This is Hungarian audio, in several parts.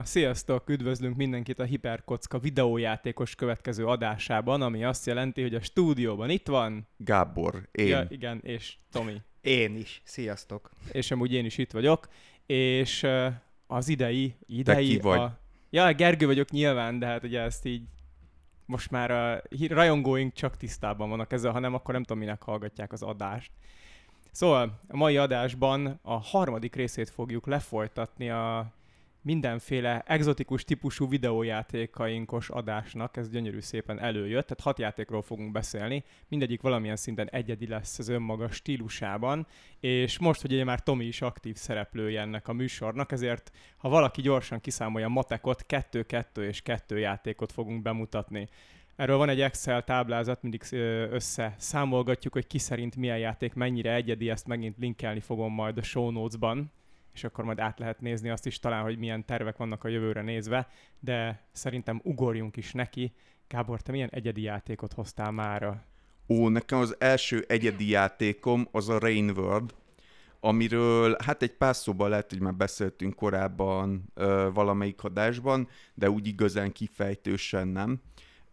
Sziasztok! Üdvözlünk mindenkit a Hiperkocka videójátékos következő adásában, ami azt jelenti, hogy a stúdióban itt van... Gábor, Ja, én. igen, és Tomi. Én is. Sziasztok. És amúgy én is itt vagyok. És az Te ki vagy? Ja, Gergő vagyok nyilván, de hát ugye ezt így most már a rajongóink csak tisztában vannak ezzel, ha nem, akkor nem tudom, minek hallgatják az adást. Szóval a mai adásban a harmadik részét fogjuk lefolytatni a mindenféle egzotikus típusú videójátékainkos adásnak, ez gyönyörű szépen előjött, tehát 6 játékról fogunk beszélni, mindegyik valamilyen szinten egyedi lesz az önmaga stílusában, és most, hogy ugye már Tomi is aktív szereplője ennek a műsornak, ezért ha valaki gyorsan kiszámolja a matekot, 2-2 és 2 játékot fogunk bemutatni. Erről van egy Excel táblázat, mindig összeszámolgatjuk, hogy ki szerint milyen játék mennyire egyedi, ezt megint linkelni fogom majd a show notes-ban, és akkor majd át lehet nézni azt is talán, hogy milyen tervek vannak a jövőre nézve, de szerintem ugorjunk is neki. Gábor, te milyen egyedi játékot hoztál mára? Nekem az első egyedi játékom az a Rain World, amiről hát egy pár szóban lehet, hogy már beszéltünk korábban valamelyik adásban, de úgy igazán kifejtősen nem.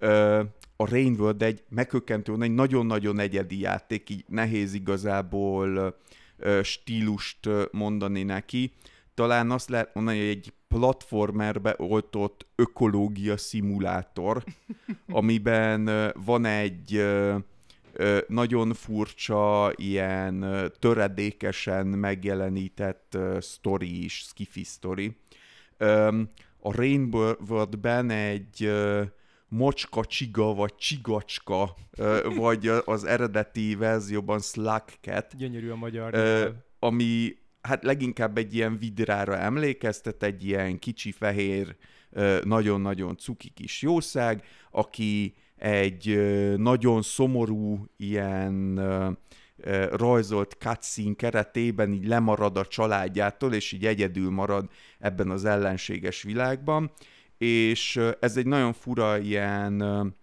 A Rain World egy meghökkentő, egy nagyon-nagyon egyedi játék, így nehéz igazából stílust mondani neki. Talán azt lehet mondani, hogy egy platformerbe oltott ökológia szimulátor, amiben van egy nagyon furcsa, ilyen töredékesen megjelenített sztori is, sci-fi sztori. A Rain World-ben egy mocska csiga, vagy csigacska, vagy az eredeti verzióban Slug Cat. Gyönyörű a magyar ami hát leginkább egy ilyen vidrára emlékeztet, egy ilyen kicsi, fehér, nagyon-nagyon cuki kis jószág, aki egy nagyon szomorú, ilyen rajzolt cutscene keretében így lemarad a családjától, és így egyedül marad ebben az ellenséges világban. És ez egy nagyon fura ilyen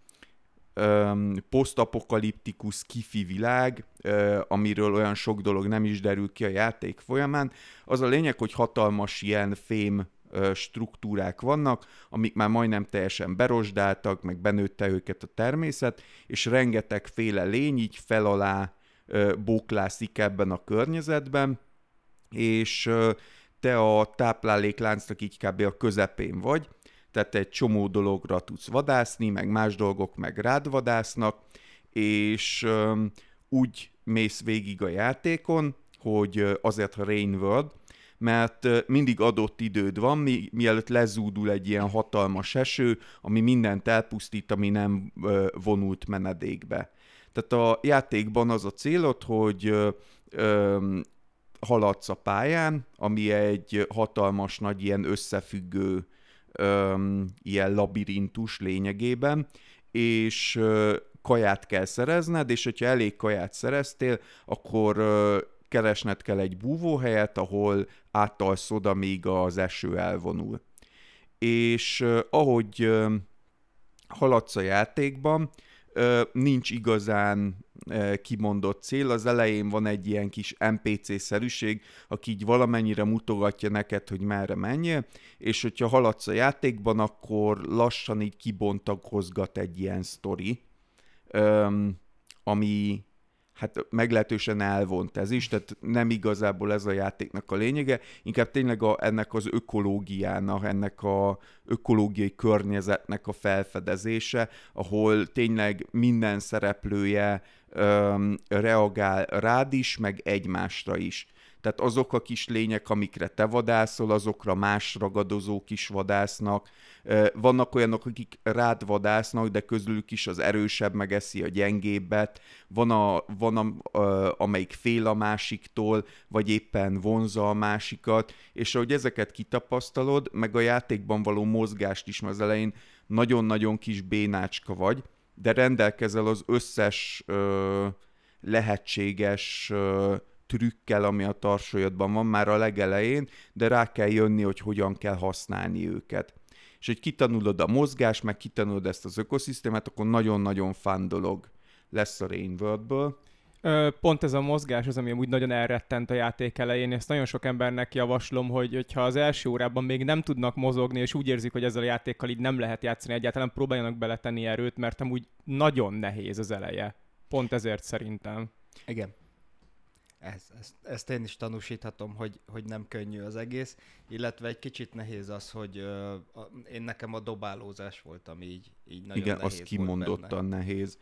posztapokaliptikus sci-fi világ, amiről olyan sok dolog nem is derül ki a játék folyamán. Az a lényeg, hogy hatalmas ilyen fém struktúrák vannak, amik már majdnem teljesen berosdáltak, meg benőtte őket a természet, és rengetegféle lény így fel-alá bóklászik ebben a környezetben, és te a táplálékláncnak így kb. A közepén vagy, tehát egy csomó dologra tudsz vadászni, meg más dolgok meg rád vadásznak, és úgy mész végig a játékon, hogy azért a Rain World, mert mindig adott időd van, mielőtt lezúdul egy ilyen hatalmas eső, ami mindent elpusztít, ami nem vonult menedékbe. Tehát a játékban az a célod, hogy haladsz a pályán, ami egy hatalmas nagy ilyen összefüggő ilyen labirintus lényegében, és kaját kell szerezned, és hogyha elég kaját szereztél, akkor keresned kell egy búvóhelyet, ahol átalszod, amíg az eső elvonul. És ahogy haladsz a játékban, nincs igazán kimondott cél. Az elején van egy ilyen kis NPC-szerűség, aki így valamennyire mutogatja neked, hogy merre menjél, és hogyha haladsz a játékban, akkor lassan így kibontakozgat egy ilyen sztori, ami hát meglehetősen elvont ez is, tehát nem igazából ez a játéknak a lényege, inkább tényleg ennek az ökológiának, ennek a ökológiai környezetnek a felfedezése, ahol tényleg minden szereplője reagál rád is, meg egymásra is. Tehát azok a kis lények, amikre te vadászol, azokra más ragadozók is vadásznak. Vannak olyanok, akik rád vadásznak, de közülük is az erősebb megeszi a gyengébbet. Van amelyik fél a másiktól, vagy éppen vonzza a másikat. És ahogy ezeket kitapasztalod, meg a játékban való mozgást is, mert az elején nagyon-nagyon kis bénácska vagy, de rendelkezel az összes lehetséges trükkel, ami a tarsolyodban van már a legelején, de rá kell jönni, hogy hogyan kell használni őket. És hogy kitanulod a mozgást, meg kitanulod ezt az ökoszisztémát, akkor nagyon-nagyon fun dolog lesz a Rain World-ből. Pont ez a mozgás az, ami amúgy nagyon elrettent a játék elején. Ezt nagyon sok embernek javaslom, hogyha az első órában még nem tudnak mozogni, és úgy érzik, hogy ezzel a játékkal így nem lehet játszani egyáltalán, próbáljanak beletenni erőt, mert amúgy nagyon nehéz az eleje. Pont ezért szerintem. Igen. Ezt én is tanúsíthatom, hogy nem könnyű az egész, illetve egy kicsit nehéz az, hogy nekem a dobálózás volt, ami így nagyon igen, nehéz az kimondottan benne. nehéz.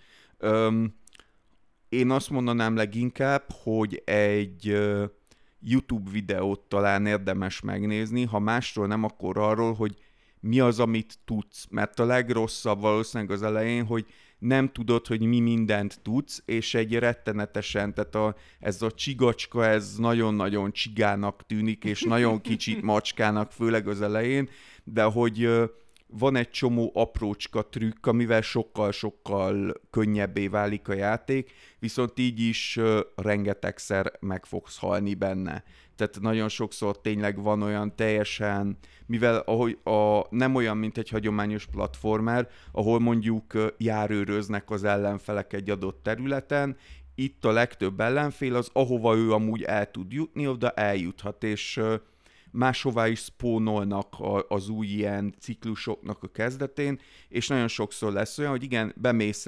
Én azt mondanám leginkább, hogy egy YouTube videót talán érdemes megnézni, ha másról nem, akkor arról, hogy mi az, amit tudsz. Mert a legrosszabb valószínűleg az elején, hogy nem tudod, hogy mi mindent tudsz, és egy rettenetesen, tehát ez a csigacska, ez nagyon-nagyon csigának tűnik, és nagyon kicsit macskának, főleg az elején, de hogy van egy csomó aprócska trükk, amivel sokkal-sokkal könnyebbé válik a játék, viszont így is rengetegszer meg fogsz halni benne. Tehát nagyon sokszor tényleg van olyan teljesen, mivel nem olyan, mint egy hagyományos platformer, ahol mondjuk járőröznek az ellenfelek egy adott területen, itt a legtöbb ellenfél az, ahova ő amúgy el tud jutni, oda eljuthat, és máshová is spónolnak az új ilyen ciklusoknak a kezdetén, és nagyon sokszor lesz olyan, hogy igen, bemész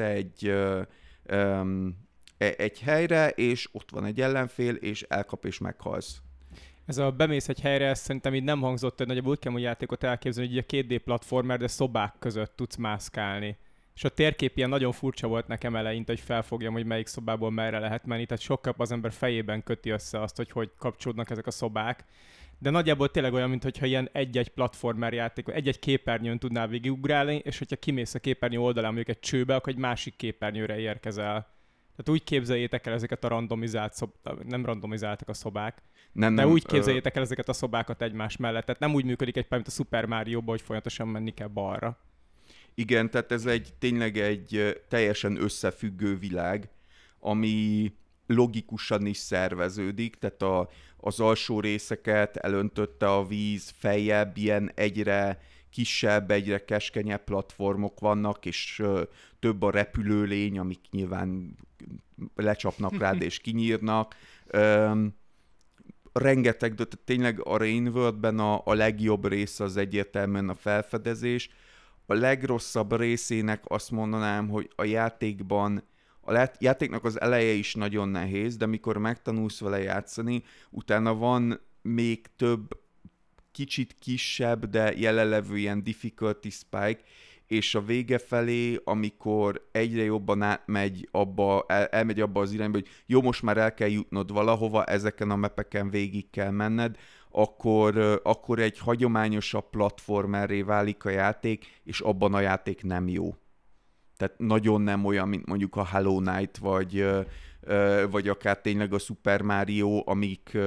egy helyre, és ott van egy ellenfél, és elkap és meghalsz. Ez a bemész egy helyre, ez szerintem így nem hangzott, hogy nagyobb úgy kell, hogy játékot elképzelni, hogy ugye 2D platformer, de szobák között tudsz mászkálni. És a térkép ilyen nagyon furcsa volt nekem eleinte, hogy felfogjam, hogy melyik szobából merre lehet menni, tehát sokkal az ember fejében köti össze azt, hogy kapcsolódnak ezek a szobák. De nagyjából tényleg olyan, mintha ilyen egy-egy platformer játék, egy-egy képernyőn tudnál végigugrálni, és hogyha kimész a képernyő oldalán mondjuk egy csőbe, akkor egy másik képernyőre érkezel. Tehát úgy képzeljétek el ezeket a randomizált nem randomizáltak a szobák, de úgy képzeljétek el ezeket a szobákat egymás mellett. Tehát nem úgy működik egy pár, mint a Super Mario-ban, hogy folyamatosan menni kell balra. Igen, tehát ez tényleg egy teljesen összefüggő világ, ami logikusan is szerveződik, tehát az alsó részeket elöntötte a víz, feljebb ilyen egyre kisebb, egyre keskenyebb platformok vannak, és több a repülőlény, amik nyilván lecsapnak rád és kinyírnak. Rengeteg, de tényleg a Rainworld-ben a legjobb része az egyértelműen a felfedezés. A legrosszabb részének azt mondanám, hogy a játéknak az eleje is nagyon nehéz, de amikor megtanulsz vele játszani, utána van még több kicsit kisebb, de jelenlevő ilyen difficulty spike, és a vége felé, amikor egyre jobban elmegy abba az irányba, hogy jó, most már el kell jutnod valahova, ezeken a mapeken végig kell menned, akkor egy hagyományosabb platformerré válik a játék, és abban a játék nem jó. Tehát nagyon nem olyan, mint mondjuk a Hollow Knight, vagy akár tényleg a Super Mario, amik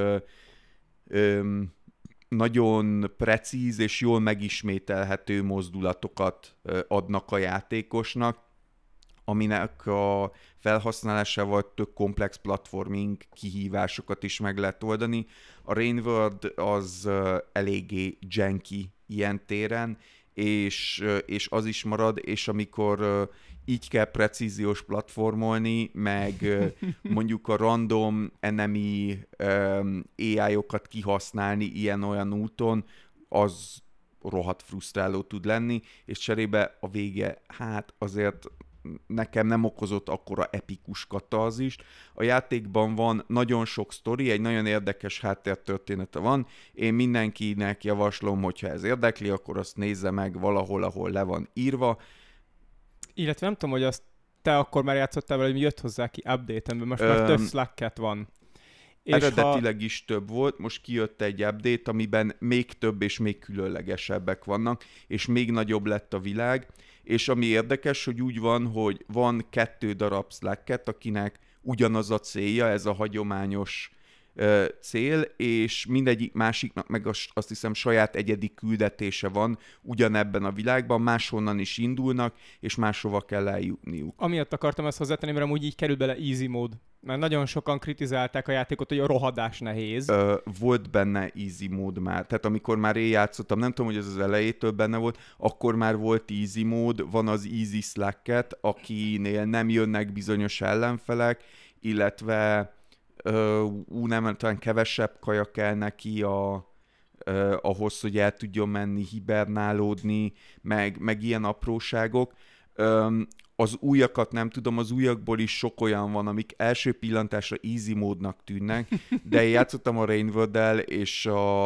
nagyon precíz és jól megismételhető mozdulatokat adnak a játékosnak, aminek a felhasználásával tök komplex platforming kihívásokat is meg lehet oldani. A Rainworld az eléggé janky ilyen téren, és az is marad, és amikor így kell precíziós platformolni, meg mondjuk a random enemy AI-okat kihasználni ilyen-olyan úton, az rohadt frusztráló tud lenni, és cserébe a vége, hát azért nekem nem okozott akkora epikus katarzist. A játékban van nagyon sok sztori, egy nagyon érdekes háttértörténete van. Én mindenkinek javaslom, hogyha ez érdekli, akkor azt nézze meg valahol, ahol le van írva. Illetve nem tudom, hogy azt te akkor már játszottál vele, hogy jött hozzá ki update-en, most már több Slack-cat van. Eredetileg is több volt, most kijött egy update, amiben még több és még különlegesebbek vannak, és még nagyobb lett a világ, és ami érdekes, hogy úgy van, hogy van 2 darab Slack-cat, akinek ugyanaz a célja, ez a hagyományos cél, és mindegyik másiknak meg azt hiszem saját egyedi küldetése van ugyanebben a világban, máshonnan is indulnak, és máshova kell eljutniuk. Amiatt akartam ezt hozzátenni, mert amúgy így kerül bele easy mode. Mert nagyon sokan kritizálták a játékot, hogy a rohadás nehéz. Volt benne easy mód már. Tehát amikor már én játszottam, nem tudom, hogy ez az elejétől benne volt, akkor már volt easy mód, van az easy slack-et, akinél nem jönnek bizonyos ellenfelek, illetve talán kevesebb kaja kell neki ahhoz, hogy el tudjon menni, hibernálódni, meg ilyen apróságok. Az újakat nem tudom, az újakból is sok olyan van, amik első pillantásra easy módnak tűnnek, de én játszottam a Rainworld-el, és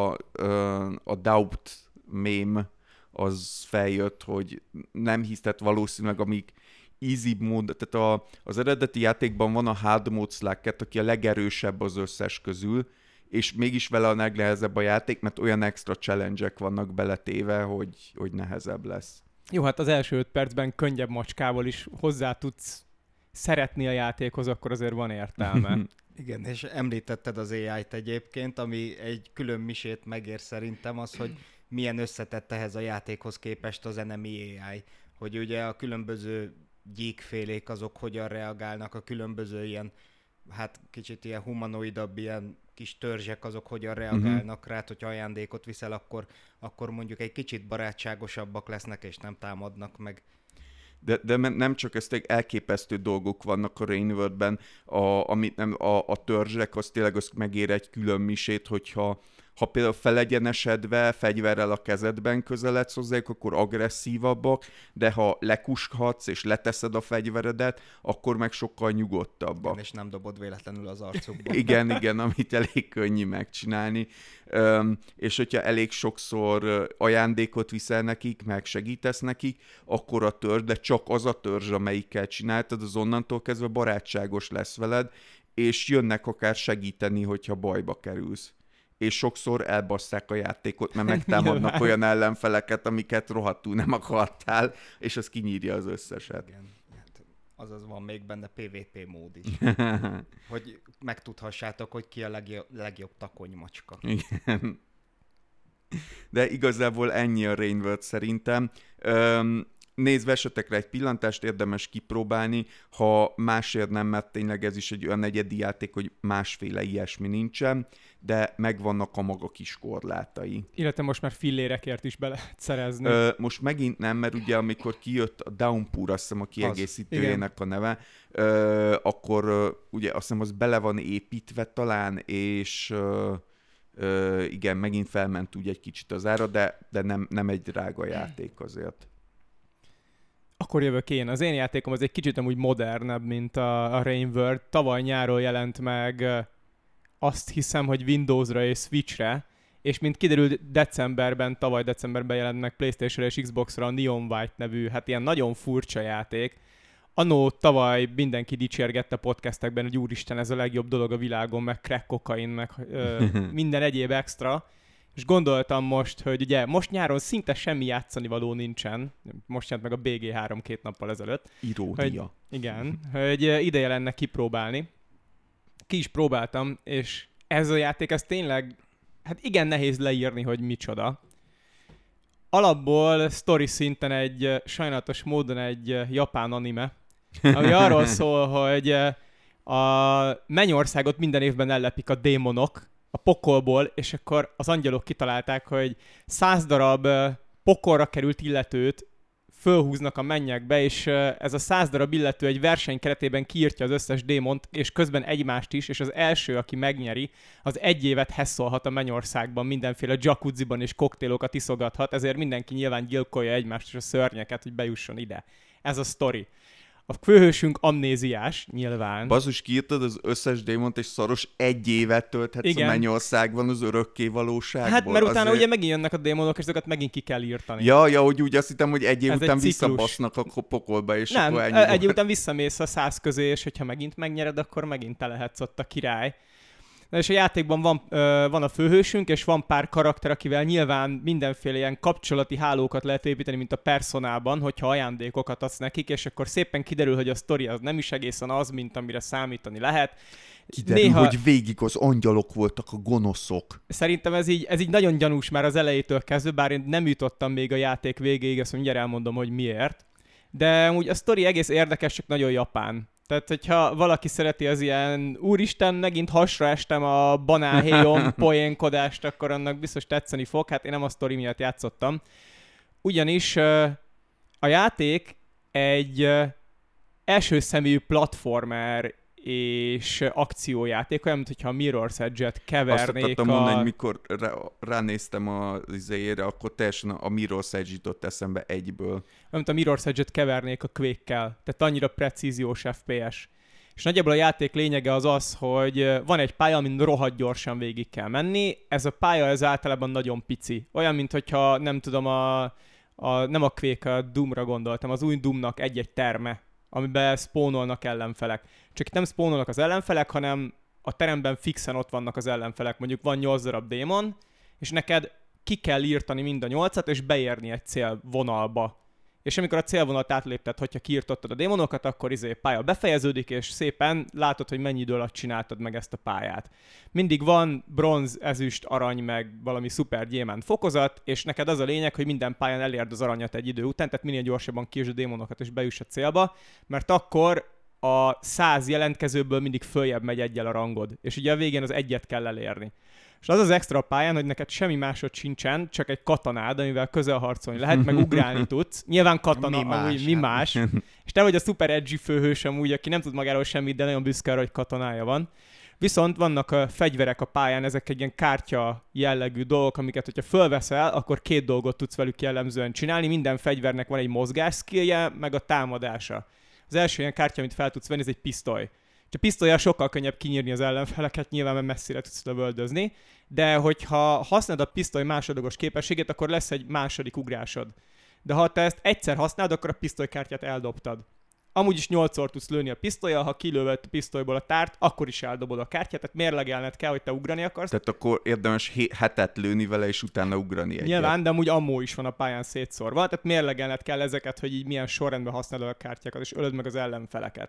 a Doubt meme az feljött, hogy nem hiszett valószínűleg, amik easy mód, tehát az eredeti játékban van a hard mode Slacket, aki a legerősebb az összes közül, és mégis vele a legnehezebb a játék, mert olyan extra challenge-ek vannak beletéve, hogy nehezebb lesz. Jó, hát az első 5 percben könnyebb macskával is hozzá tudsz szeretni a játékhoz, akkor azért van értelme. Igen, és említetted az AI-t egyébként, ami egy külön misét megér szerintem az, hogy milyen összetett ehhez a játékhoz képest az enemy AI. Hogy ugye a különböző gyíkfélék azok hogyan reagálnak, a különböző ilyen, hát kicsit ilyen humanoidabb, ilyen kis törzsek azok hogyan reagálnak rá, hogyha ajándékot viszel, akkor mondjuk egy kicsit barátságosabbak lesznek, és nem támadnak meg. De nem csak ezt, elképesztő dolgok vannak a Rainworld-ben, amit nem, a törzsek, az tényleg az megér egy külön misét, hogyha például felegyenesedve, fegyverrel a kezedben közeledsz hozzájuk, akkor agresszívabbak, de ha lekuskhatsz és leteszed a fegyveredet, akkor meg sokkal nyugodtabbak. Igen, és nem dobod véletlenül az arcukba. Igen, amit elég könnyű megcsinálni. És hogyha elég sokszor ajándékot viszel nekik, meg segítesz nekik, akkor a törzs, de csak az a törzs, amelyikkel csináltad, az onnantól kezdve barátságos lesz veled, és jönnek akár segíteni, hogyha bajba kerülsz. És sokszor elbasszák a játékot, mert megtámadnak olyan ellenfeleket, amiket rohadtul nem akartál, és az kinyírja az összeset. Igen. Hát, azaz van még benne PvP mód is. Hogy megtudhassátok, hogy ki a legjobb takonymacska. Igen. De igazából ennyi a Rainworld szerintem. Nézd, vessetek rá egy pillantást, érdemes kipróbálni, ha másért nem, mert tényleg ez is egy olyan egyedi játék, hogy másféle ilyesmi nincsen, de megvannak a maga kis korlátai. Illetve most már fillérekért is be lehet szerezni. Most megint nem, mert ugye amikor kijött a Downpour, azt hiszem a kiegészítőjének a neve, akkor ugye azt hiszem az bele van építve talán, és igen, megint felment úgy egy kicsit az ára, de nem egy drága játék azért. Akkor jövök én. Az én játékom az egy kicsit amúgy modernebb, mint a Rainworld. Tavaly nyáron jelent meg, azt hiszem, hogy Windowsra és Switchre, és mint kiderült tavaly decemberben jelent meg PlayStation-ra és Xbox-ra a Neon White nevű, hát ilyen nagyon furcsa játék. Annó tavaly mindenki dicsérgette podcastekben, hogy úristen, ez a legjobb dolog a világon, meg crack kokain, meg minden egyéb extra. És gondoltam most, hogy ugye most nyáron szinte semmi játszani való nincsen. Most jelent meg a BG3 2 nappal ezelőtt. Iródia. Igen, hogy ideje lenne kipróbálni. Ki is próbáltam, és ez a játék, ez tényleg, hát igen nehéz leírni, hogy micsoda. Alapból sztori szinten sajnálatos módon egy japán anime, ami arról szól, hogy a mennyországot minden évben ellepik a démonok, a pokolból, és akkor az angyalok kitalálták, hogy 100 darab pokolra került illetőt fölhúznak a mennyekbe, és ez a 100 darab illető egy verseny keretében kiírtja az összes démont, és közben egymást is, és az első, aki megnyeri, az 1 évet hesszolhat a mennyországban, mindenféle jacuzziban és koktélokat iszogathat, ezért mindenki nyilván gyilkolja egymást és a szörnyeket, hogy bejusson ide. Ez a sztori. A főhősünk amnéziás, nyilván. Basszus, kiírtad az összes démont, és szaros 1 évet tölthetsz a mennyországban az örökké valóságból. Hát, mert utána ugye megint jönnek a démonok, és azokat megint ki kell írtani. Ja, hogy úgy azt hittem, hogy 1 év után visszabasznak a pokolba, és nem, akkor ennyi. 1 év után visszamész a 100 közé, és hogyha megint megnyered, akkor megint te lehetsz ott a király. Na és a játékban van a főhősünk, és van pár karakter, akivel nyilván mindenféle ilyen kapcsolati hálókat lehet építeni, mint a Personában, hogyha ajándékokat adsz nekik, és akkor szépen kiderül, hogy a sztori az nem is egészen az, mint amire számítani lehet. Kiderül, hogy végig az angyalok voltak a gonoszok. Szerintem ez így nagyon gyanús már az elejétől kezdve, bár én nem jutottam még a játék végéig, azt mindjárt elmondom, hogy miért. De úgy a sztori egész érdekes, csak nagyon japán. Tehát, hogyha valaki szereti az ilyen úristen, megint hasra estem a banánhéjon poénkodást, akkor annak biztos tetszeni fog. Hát én nem a sztori miatt játszottam. Ugyanis a játék egy első személyű platformer és akciójáték, olyan, mintha a Mirror's Edge-et Azt kevernék akartam mondani, hogy mikor ránéztem az izéjére, akkor teljesen a Mirror's Edge jutott eszembe egyből. Olyan, mint a Mirror's Edge-et kevernék a Quake-kel. Tehát annyira precíziós FPS. És nagyjából a játék lényege az, hogy van egy pálya, amin rohadt gyorsan végig kell menni. Ez a pálya ez általában nagyon pici. Olyan, mintha nem tudom, nem a Quake, a Doomra gondoltam, az új Doomnak egy-egy terme, amiben spawnolnak ellenfelek. Csak itt nem spawnolnak az ellenfelek, hanem a teremben fixen ott vannak az ellenfelek. Mondjuk van 8 darab démon, és neked ki kell írtani mind a 8-at, és beérni egy célvonalba. És amikor a célvonalat átlépted, hogyha kiirtottad a démonokat, akkor pálya befejeződik, és szépen látod, hogy mennyi idő alatt csináltad meg ezt a pályát. Mindig van bronz, ezüst, arany, meg valami szuper gyémánt fokozat, és neked az a lényeg, hogy minden pályán elérd az aranyat egy idő után, tehát minél gyorsabban kiírtsd a démonokat, és bejuss a célba, mert akkor a 100 jelentkezőből mindig följebb megy egyel a rangod, és ugye a végén az egyet kell elérni. És az extra a pályán, hogy neked semmi másod sincsen, csak egy katanád, amivel közelharcolni lehet, meg ugrálni tudsz. Nyilván katona, mi más. És te vagy a super edgy főhős amúgy, aki nem tud magáról semmit, de nagyon büszke arra, hogy katonája van. Viszont vannak a fegyverek a pályán, ezek egy ilyen kártya jellegű dolgok, amiket, hogyha fölveszel, akkor 2 dolgot tudsz velük jellemzően csinálni. Minden fegyvernek van egy mozgás skillje, meg a támadása. Az első ilyen kártya, amit fel tudsz venni, ez egy pisztoly. A pisztollyal sokkal könnyebb kinyírni az ellenfeleket, nyilván mert messzire tudsz lövöldözni, de hogyha használod a pisztoly másodlagos képességét, akkor lesz egy második ugrásod. De ha te ezt egyszer használod, akkor a pisztolykártyát eldobtad. Amúgy is 8-szor tudsz lőni a pisztollyal, ha kilövöd a pisztolyból a tárt, akkor is eldobod a kártyát, tehát mérlegelned kell, hogy te ugrani akarsz. Tehát akkor érdemes hetet lőni vele, és utána ugrani egyet. Nyilván, de amúgy ammó is van a pályán szétszórva, tehát mérlegelned kell ezeket, hogy így milyen sorrendben használod a kártyákat, és ölöd meg az ellenfeleket.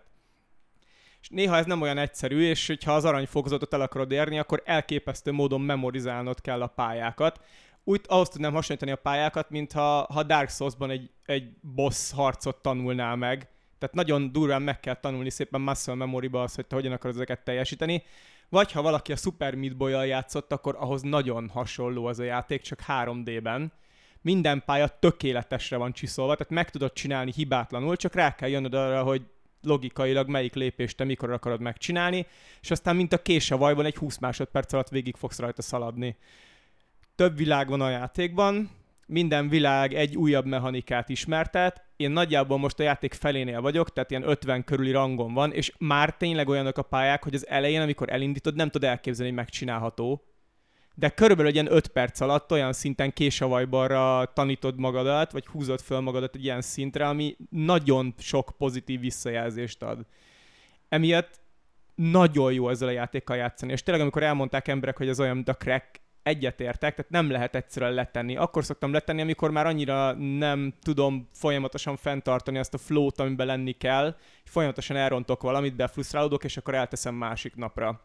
És néha ez nem olyan egyszerű, és hogyha az aranyfokozatot el akarod érni, akkor elképesztő módon memorizálnod kell a pályákat. Úgy ahhoz tudnám hasonlítani a pályákat, mintha Dark Souls-ban egy boss harcot tanulnál meg. Tehát nagyon durván meg kell tanulni szépen muscle memory-ba az, hogy te hogyan akarod ezeket teljesíteni. Vagy ha valaki a Super Meat Boy-jal játszott, akkor ahhoz nagyon hasonló az a játék, csak 3D-ben. Minden pálya tökéletesre van csiszolva, tehát meg tudod csinálni hibátlanul, csak rá kell jönnöd arra, hogy logikailag melyik lépést te mikor akarod megcsinálni, és aztán mint a kés a vajban egy 20 másodperc alatt végig fogsz rajta szaladni. Több világ van a játékban, minden világ egy újabb mechanikát ismertet, én nagyjából most a játék felénél vagyok, tehát ilyen 50 körüli rangon van, és már tényleg olyanok a pályák, hogy az elején, amikor elindítod, nem tudod elképzelni, hogy megcsinálható. De körülbelül egy ilyen 5 perc alatt olyan szinten késavajbarra tanítod magadat, vagy húzod föl magadat egy ilyen szintre, ami nagyon sok pozitív visszajelzést ad. Emiatt nagyon jó ezzel a játékkal játszani. És tényleg, amikor elmondták emberek, hogy ez olyan, mint a crack, egyetértek, tehát nem lehet egyszerűen letenni. Akkor szoktam letenni, amikor már annyira nem tudom folyamatosan fenntartani azt a flow-t, amiben lenni kell, folyamatosan elrontok valamit, befrusztrálódok, és akkor elteszem másik napra.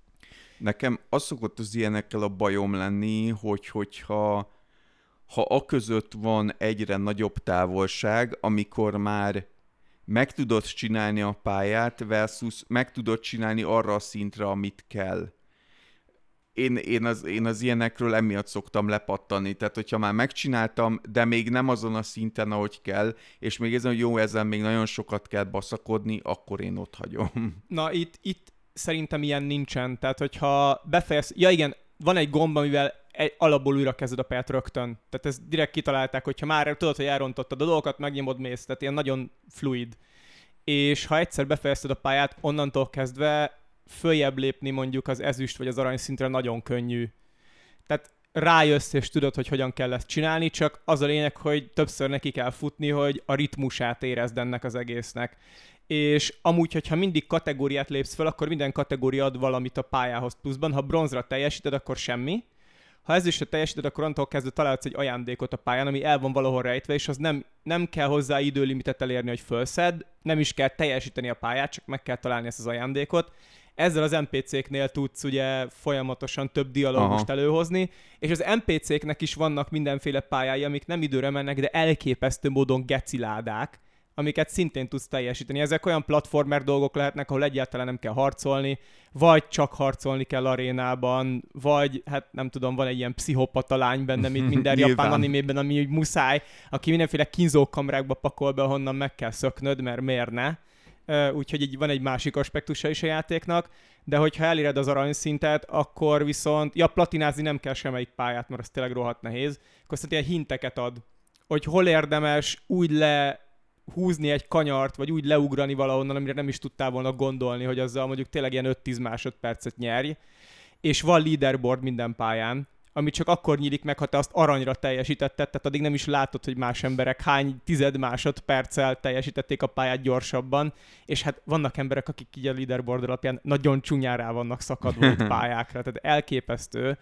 Nekem az szokott az ilyenekkel a bajom lenni, hogyha aközött van egyre nagyobb távolság, amikor már meg tudod csinálni a pályát versus meg tudod csinálni arra a szintre, amit kell. Én az ilyenekről emiatt szoktam lepattani. Tehát, hogyha már megcsináltam, de még nem azon a szinten, ahogy kell, és még ezen, hogy jó, ezzel még nagyon sokat kell baszakodni, akkor én ott hagyom. Na, itt szerintem ilyen nincsen. Tehát, hogyha befejez... Ja igen, van egy gomb, amivel alapból újra kezded a pályát rögtön. Tehát ezt direkt kitalálták, hogyha már tudod, hogy elrontottad a dolgokat, megnyomod, mész. Tehát ilyen nagyon fluid. És ha egyszer befejezted a pályát, onnantól kezdve följebb lépni mondjuk az ezüst vagy az arany szintre nagyon könnyű. Tehát rájössz és tudod, hogy hogyan kell ezt csinálni, csak az a lényeg, hogy többször neki kell futni, hogy a ritmusát érezd ennek az egésznek. És amúgy, hogyha mindig kategóriát lépsz fel, akkor minden kategória ad valamit a pályához pluszban. Ha bronzra teljesíted, akkor semmi. Ha ezüstre teljesíted, akkor onnantól kezdve találsz egy ajándékot a pályán, ami el van valahol rejtve, és az nem kell hozzá időlimitet elérni, hogy fölszed, nem is kell teljesíteni a pályát, csak meg kell találni ezt az ajándékot. Ezzel az NPC-knél tudsz ugye folyamatosan több dialógust előhozni, és az NPC-knek is vannak mindenféle pályái, amik nem időre mennek, de elképesztő módon geciládák, amiket szintén tudsz teljesíteni. Ezek olyan platformer dolgok lehetnek, ahol egyáltalán nem kell harcolni, vagy csak harcolni kell arénában, vagy hát nem tudom, van egy ilyen pszichopata lány benne, mint minden japán animében, ami úgy muszáj, aki mindenféle kínzókamrákba pakol be, honnan meg kell szöknöd, mert miért ne. úgyhogy így van egy másik aspektusa is a játéknak, de hogyha eléred az aranyszintet, akkor viszont, platinázni nem kell semmelyik pályát, mert az tényleg rohadt nehéz, akkor azt ilyen hinteket ad, hogy hol érdemes úgy lehúzni egy kanyart, vagy úgy leugrani valahonnan, amire nem is tudtál volna gondolni, hogy azzal mondjuk tényleg ilyen 5-10 másodpercet nyerj, és van leaderboard minden pályán, ami csak akkor nyílik meg, ha te azt aranyra teljesítetted, tehát addig nem is látod, hogy más emberek hány tized másodperccel teljesítették a pályát gyorsabban, és hát vannak emberek, akik így a leaderboard alapján nagyon csúnyán rá vannak szakadva ott pályákra, tehát elképesztő.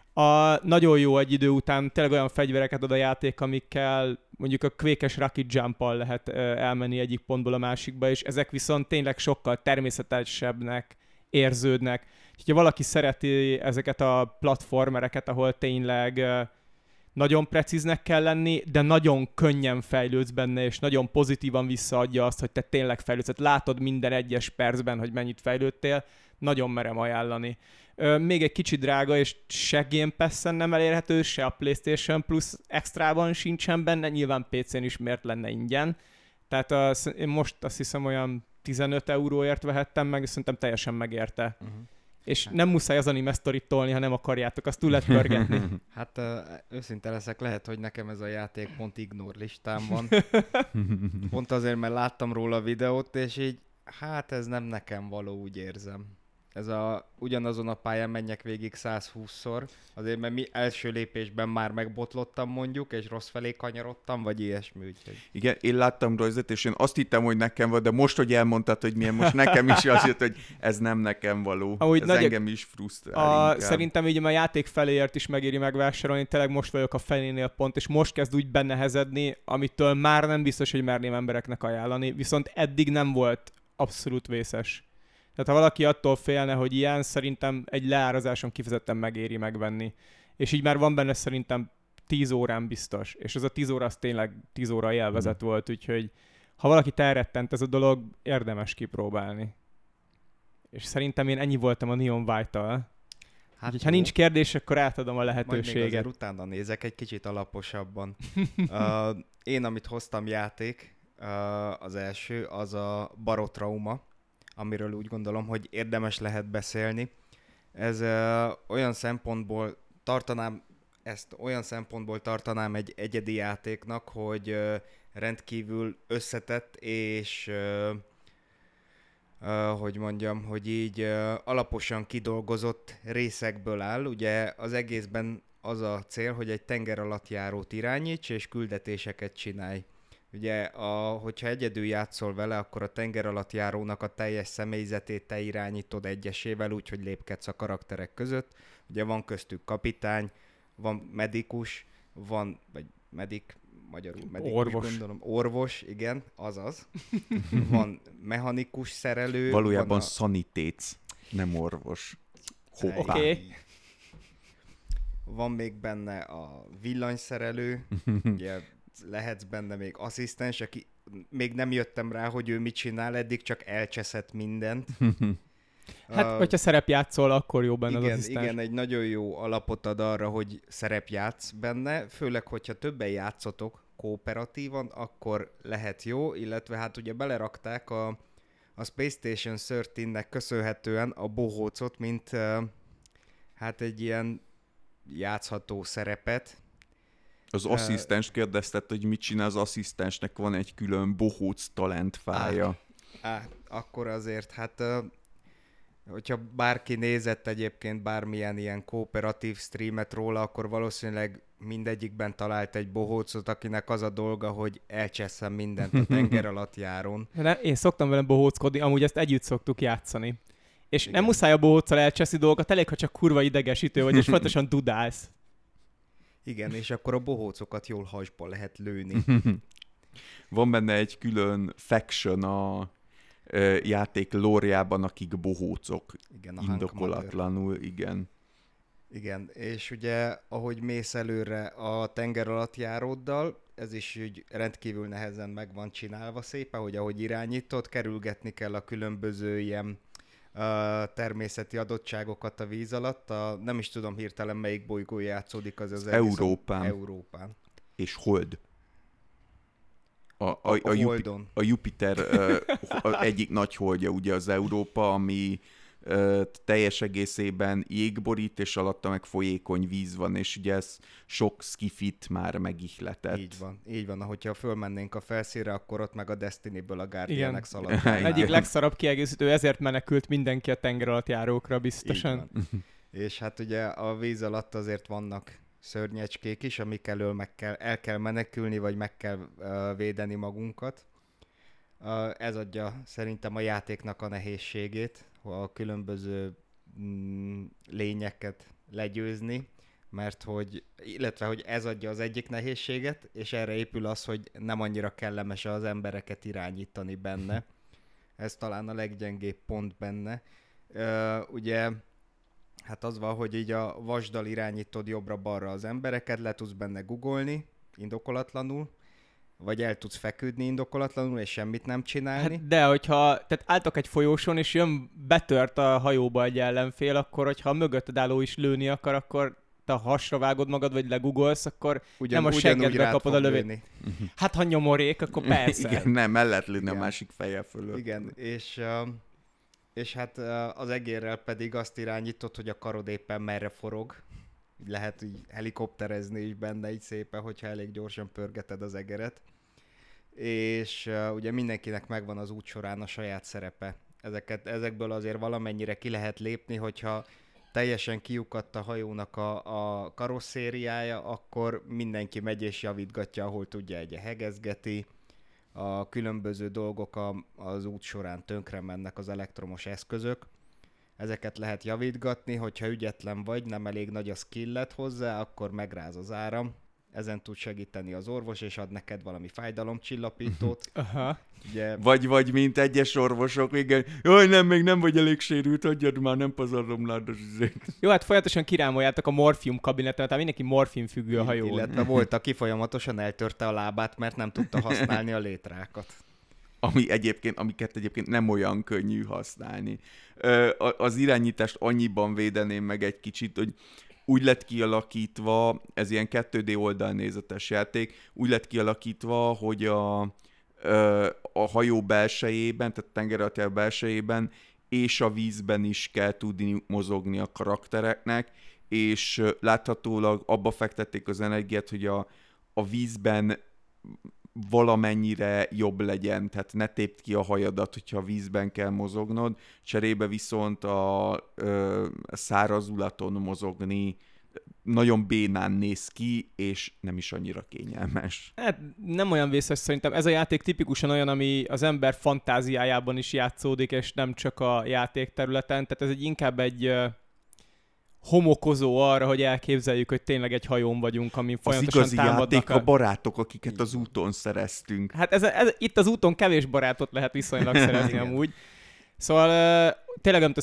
Nagyon jó egy idő után, tényleg olyan fegyvereket ad a játék, amikkel mondjuk a Quake-es Rocket Jump-al lehet elmenni egyik pontból a másikba, és ezek viszont tényleg sokkal természetesebbnek érződnek. Ha valaki szereti ezeket a platformereket, ahol tényleg nagyon precíznek kell lenni, de nagyon könnyen fejlődsz benne, és nagyon pozitívan visszaadja azt, hogy te tényleg fejlődsz. Tehát látod minden egyes percben, hogy mennyit fejlődtél, nagyon merem ajánlani. Még egy kicsit drága, és se Game Pass-en nem elérhető, se a PlayStation Plus extrában sincsen benne, nyilván PC-n is miért lenne ingyen. Tehát én most azt hiszem olyan 15 euróért vehettem meg, és szerintem teljesen megérte. És nem muszáj az anime sztorit tolni, ha nem akarjátok, azt túl lehet pörgetni. Hát őszinte leszek, lehet, hogy nekem ez a játék pont ignore listám van. Pont azért, mert láttam róla a videót, és így, hát ez nem nekem való, úgy érzem. Ugyanazon a pályán menjek végig 120-szor, azért mert első lépésben már megbotlottam mondjuk, és rossz felé kanyarodtam, vagy ilyesmi. Úgyhogy... Igen, én láttam rajzot, és én azt hittem, hogy nekem van, de most, hogy elmondtad, hogy milyen, most nekem is az jött, hogy ez nem nekem való. Ez engem is frusztrál. Szerintem így a játék feléért is megéri megvásárolni, tényleg most vagyok a felénél pont, és most kezd úgy bennehezedni, amitől már nem biztos, hogy merném embereknek ajánlani, viszont eddig nem volt abszolút vészes. Tehát ha valaki attól félne, hogy ilyen, szerintem egy leárazáson kifejezetten megéri megvenni. És így már van benne szerintem 10 órán biztos. És az a 10 óra az tényleg 10 óra élvezet volt, úgyhogy ha valaki elrettent ez a dolog, érdemes kipróbálni. És szerintem én ennyi voltam a Neon White-tal. Hát úgyhogy, ha nincs kérdés, akkor átadom a lehetőséget. Majd még azért utána nézek egy kicsit alaposabban. Én, amit hoztam játék, az első, az a Barotrauma, amiről úgy gondolom, hogy érdemes lehet beszélni. Ez olyan szempontból tartanám egy egyedi játéknak, hogy rendkívül összetett és hogy így alaposan kidolgozott részekből áll. Ugye az egészben az a cél, hogy egy tengeralattjárót irányíts és küldetéseket csinálj. Ugye, hogyha egyedül játszol vele, akkor a tengeralattjárónak a teljes személyzetét te irányítod egyesével, úgyhogy lépkedsz a karakterek között. Ugye van köztük kapitány, van medikus, vagy magyarul medikus, orvos. Gondolom. Orvos, igen, azaz. Van mechanikus szerelő. Valójában szanitéc, nem orvos. Oké. Van még benne a villanyszerelő, ugye lehetsz benne még asszisztens, aki még nem jöttem rá, hogy ő mit csinál, eddig csak elcseszett mindent. Hát, hogyha szerepjátszol, akkor jó benne az asszisztens. Igen, egy nagyon jó alapot ad arra, hogy szerepjátsz benne, főleg, hogyha többen játszotok kooperatívan, akkor lehet jó, illetve hát ugye belerakták a Space Station 13-nek köszönhetően a bohócot, mint hát egy ilyen játszható szerepet. Az asszisztens kérdezted, hogy mit csinál az asszisztensnek, van egy külön bohóc talentfája. Akkor azért, hát hogyha bárki nézett egyébként bármilyen ilyen kooperatív streamet róla, akkor valószínűleg mindegyikben talált egy bohócot, akinek az a dolga, hogy elcseszem mindent a tengeralattjárón. Én szoktam vele bohóckodni, amúgy ezt együtt szoktuk játszani. És igen. Nem muszáj a bohóccal elcseszni dolgokat, elég, ha csak kurva idegesítő vagy, és folyamatosan dudálsz. Igen, és akkor a bohócokat jól hasba lehet lőni. Van benne egy külön faction a játék lore-jában, akik bohócok. Igen, indokolatlanul, igen. Igen, és ugye, ahogy mész előre a tengeralattjáróddal, ez is úgy rendkívül nehezen meg van csinálva szépen, hogy ahogy irányítod, kerülgetni kell a különböző ilyen természeti adottságokat a víz alatt. Nem is tudom hirtelen melyik bolygó játszódik az Európán. Európán. És Hold. A Holdon. A Jupiter egyik nagy holdja, ugye az Európa, ami teljes egészében jégborít, és alatta meg folyékony víz van, és ugye ez sok skifit már megihletett. Így van. Ahogyha fölmennénk a felszínre, akkor ott meg a Destiny-ből a Guardianek szaladt. Egyik legszarabb kiegészítő, ezért menekült mindenki a tenger alatt járókra biztosan. És hát ugye a víz alatt azért vannak szörnyecskék is, amik elől el kell menekülni, vagy meg kell védeni magunkat. Ez adja szerintem a játéknak a nehézségét, a különböző lényeket legyőzni, illetve hogy ez adja az egyik nehézséget, és erre épül az, hogy nem annyira kellemes az embereket irányítani benne. Ez talán a leggyengébb pont benne. Ugye hát az van, hogy így a vasdal irányítod jobbra-balra az embereket, le tudsz benne googolni indokolatlanul, vagy el tudsz feküdni indokolatlanul, és semmit nem csinálni. Hát de, tehát álltok egy folyóson, és betört a hajóba egy ellenfél, akkor, hogyha a mögötted álló is lőni akar, akkor te hasra vágod magad, vagy legugolsz, akkor nem a seggedbe kapod a lövét. Hát, ha nyomorék, akkor persze. Igen, nem, mellett lőni a másik fejjel fölött. Igen, és hát az egérrel pedig azt irányítod, hogy a karod éppen merre forog. Lehet így helikopterezni is benne így szépen, hogyha elég gyorsan pörgeted az egeret. És ugye mindenkinek megvan az út során a saját szerepe. Ezekből azért valamennyire ki lehet lépni, hogyha teljesen kiukadt a hajónak a karosszériája, akkor mindenki megy és javítgatja, ahol tudja, hegezgeti. A különböző dolgok az út során tönkre mennek, az elektromos eszközök. Ezeket lehet javítgatni, hogyha ügyetlen vagy, nem elég nagy a skillet hozzá, akkor megráz az áram. Ezen tud segíteni az orvos, és ad neked valami fájdalomcsillapítót. Aha. Ugye... Vagy mint egyes orvosok, igen, jaj, még nem vagy elég sérült, hagyjad már, nem pazarlom rád az üzét. Jó, hát folyamatosan kirámoljátok a morfium kabinetet, tehát mindenki morfin függő a hajón. Illetve volt, aki folyamatosan eltörte a lábát, mert nem tudta használni a létrákat. Amiket egyébként nem olyan könnyű használni. Az irányítást annyiban védeném meg egy kicsit, hogy úgy lett kialakítva, ez ilyen 2D oldalnézetes játék, úgy lett kialakítva, hogy a hajó belsejében, tehát tengeralattjáró belsejében és a vízben is kell tudni mozogni a karaktereknek, és láthatólag abba fektették az energiát, hogy a vízben valamennyire jobb legyen, tehát ne tépd ki a hajadat, hogyha a vízben kell mozognod, cserébe viszont a szárazulaton mozogni nagyon bénán néz ki, és nem is annyira kényelmes. Hát nem olyan vészes szerintem. Ez a játék tipikusan olyan, ami az ember fantáziájában is játszódik, és nem csak a játékterületen, tehát ez inkább egy homokozó arra, hogy elképzeljük, hogy tényleg egy hajón vagyunk, amin folyamatosan az igazi támadnak. Játék a barátok, akiket az úton szereztünk. Hát itt az úton kevés barátot lehet viszonylag szerezni amúgy. Szóval tényleg nem a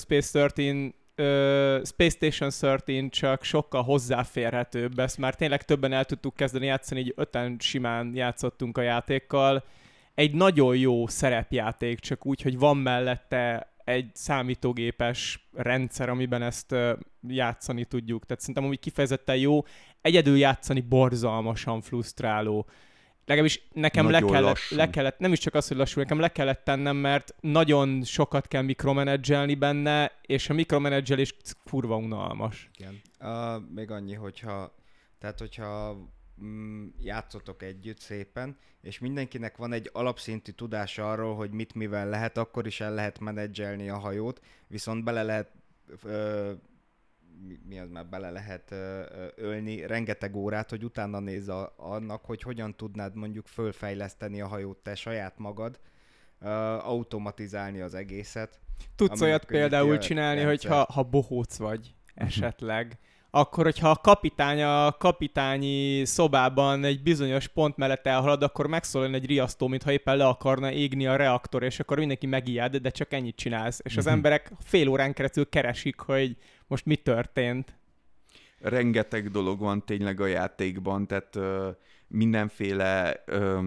Space Station 13 csak sokkal hozzáférhetőbb. Ezt már tényleg többen el tudtuk kezdeni játszani, így 5-en simán játszottunk a játékkal. Egy nagyon jó szerepjáték, csak úgy, hogy van mellette egy számítógépes rendszer, amiben ezt játszani tudjuk. Tehát szerintem amúgy kifejezetten jó. Egyedül játszani borzalmasan frusztráló. Legalábbis nekem le kellett, nem is csak az, hogy lassú, nekem le kellett tennem, mert nagyon sokat kell mikromenedzselni benne, és a mikromenedzselés kurva unalmas. Igen. Még annyi, hogyha játszotok együtt szépen, és mindenkinek van egy alapszintű tudása arról, hogy mit mivel lehet, akkor is el lehet menedzselni a hajót, viszont bele lehet bele lehet ölni rengeteg órát, hogy utána nézz annak, hogy hogyan tudnád mondjuk fölfejleszteni a hajót te saját magad, automatizálni az egészet. Tudsz olyat például csinálni, hogy ha bohóc vagy esetleg, akkor, hogyha a kapitányi szobában egy bizonyos pont mellett elhalad, akkor megszólal egy riasztó, mintha éppen le akarna égni a reaktor, és akkor mindenki megijed, de csak ennyit csinálsz. És az emberek fél órán keresztül keresik, hogy most mi történt. Rengeteg dolog van tényleg a játékban, tehát mindenféle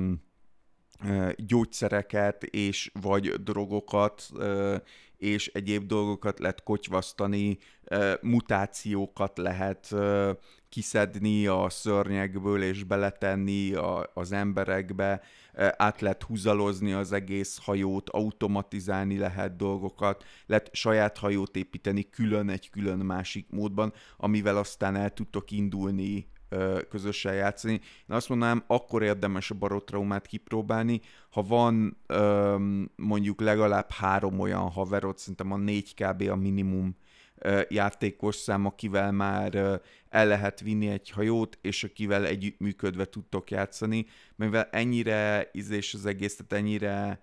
gyógyszereket és vagy drogokat és egyéb dolgokat lehet kotyvasztani, mutációkat lehet kiszedni a szörnyekből és beletenni az emberekbe, át lehet húzalozni az egész hajót, automatizálni lehet dolgokat, lehet saját hajót építeni egy külön másik módban, amivel aztán el tudtok indulni közösen játszani. Én azt mondanám, akkor érdemes a Barotraumát kipróbálni, ha van mondjuk legalább 3 olyan haverod, szerintem a 4 kb. A minimum játékos szám, akivel már el lehet vinni egy hajót, és akivel együttműködve tudtok játszani, mivel ennyire és az egész, tehát ennyire